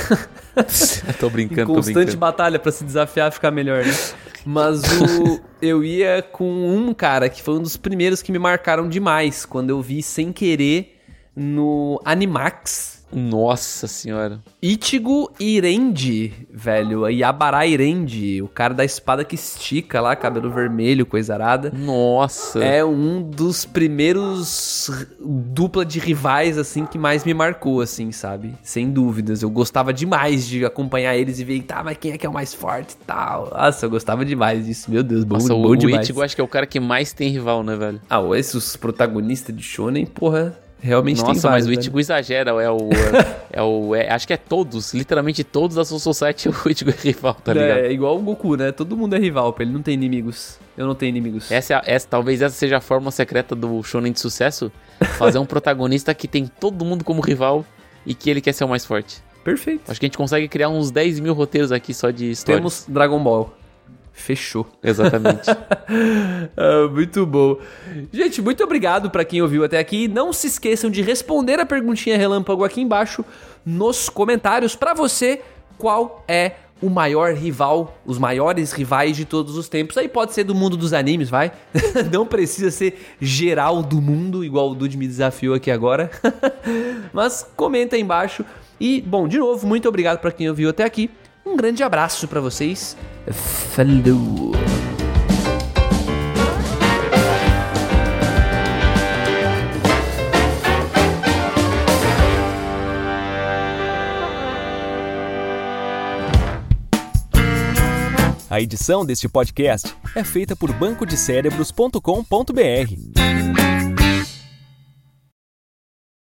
tô brincando, Constante tô brincando. batalha pra se desafiar, ficar melhor, né? Mas o, eu ia com um cara que foi um dos primeiros que me marcaram demais, quando eu vi sem querer no Animax. Nossa senhora. Ichigo Irendi, velho. Yabara Irendi, o cara da espada que estica lá, cabelo vermelho, coisa arada. Nossa. É um dos primeiros dupla de rivais, assim, que mais me marcou, assim, sabe? Sem dúvidas. Eu gostava demais de acompanhar eles e ver, tá, mas quem é que é o mais forte e tal. Nossa, eu gostava demais disso. Meu Deus, bom, Nossa, bom o, demais. o Ichigo acho que é o cara que mais tem rival, né, velho? Ah, esses protagonistas de shonen, porra... Realmente Nossa, tem vários, mas o Ichigo exagera, é o... é o é, acho que é todos, literalmente todos da Soul Society, o Ichigo é rival, tá ligado? É, é igual o Goku, né? Todo mundo é rival pra ele, não tem inimigos. Eu não tenho inimigos. Essa, é a- essa, talvez essa seja a forma secreta do shonen de sucesso, fazer um protagonista que tem todo mundo como rival e que ele quer ser o mais forte. Perfeito. Acho que a gente consegue criar uns dez mil roteiros aqui só de histórias. Temos Dragon Ball. Fechou. Exatamente. Ah, muito bom. Gente, muito obrigado pra quem ouviu até aqui. Não se esqueçam de responder a perguntinha relâmpago aqui embaixo nos comentários. Pra você, qual é o maior rival, os maiores rivais de todos os tempos? Aí pode ser do mundo dos animes, vai? Não precisa ser geral do mundo, igual o Dude me desafiou aqui agora. Mas comenta aí embaixo. E, bom, de novo, muito obrigado pra quem ouviu até aqui. Um grande abraço pra vocês. Falou! A edição deste podcast é feita por banco de cérebros ponto com ponto b r.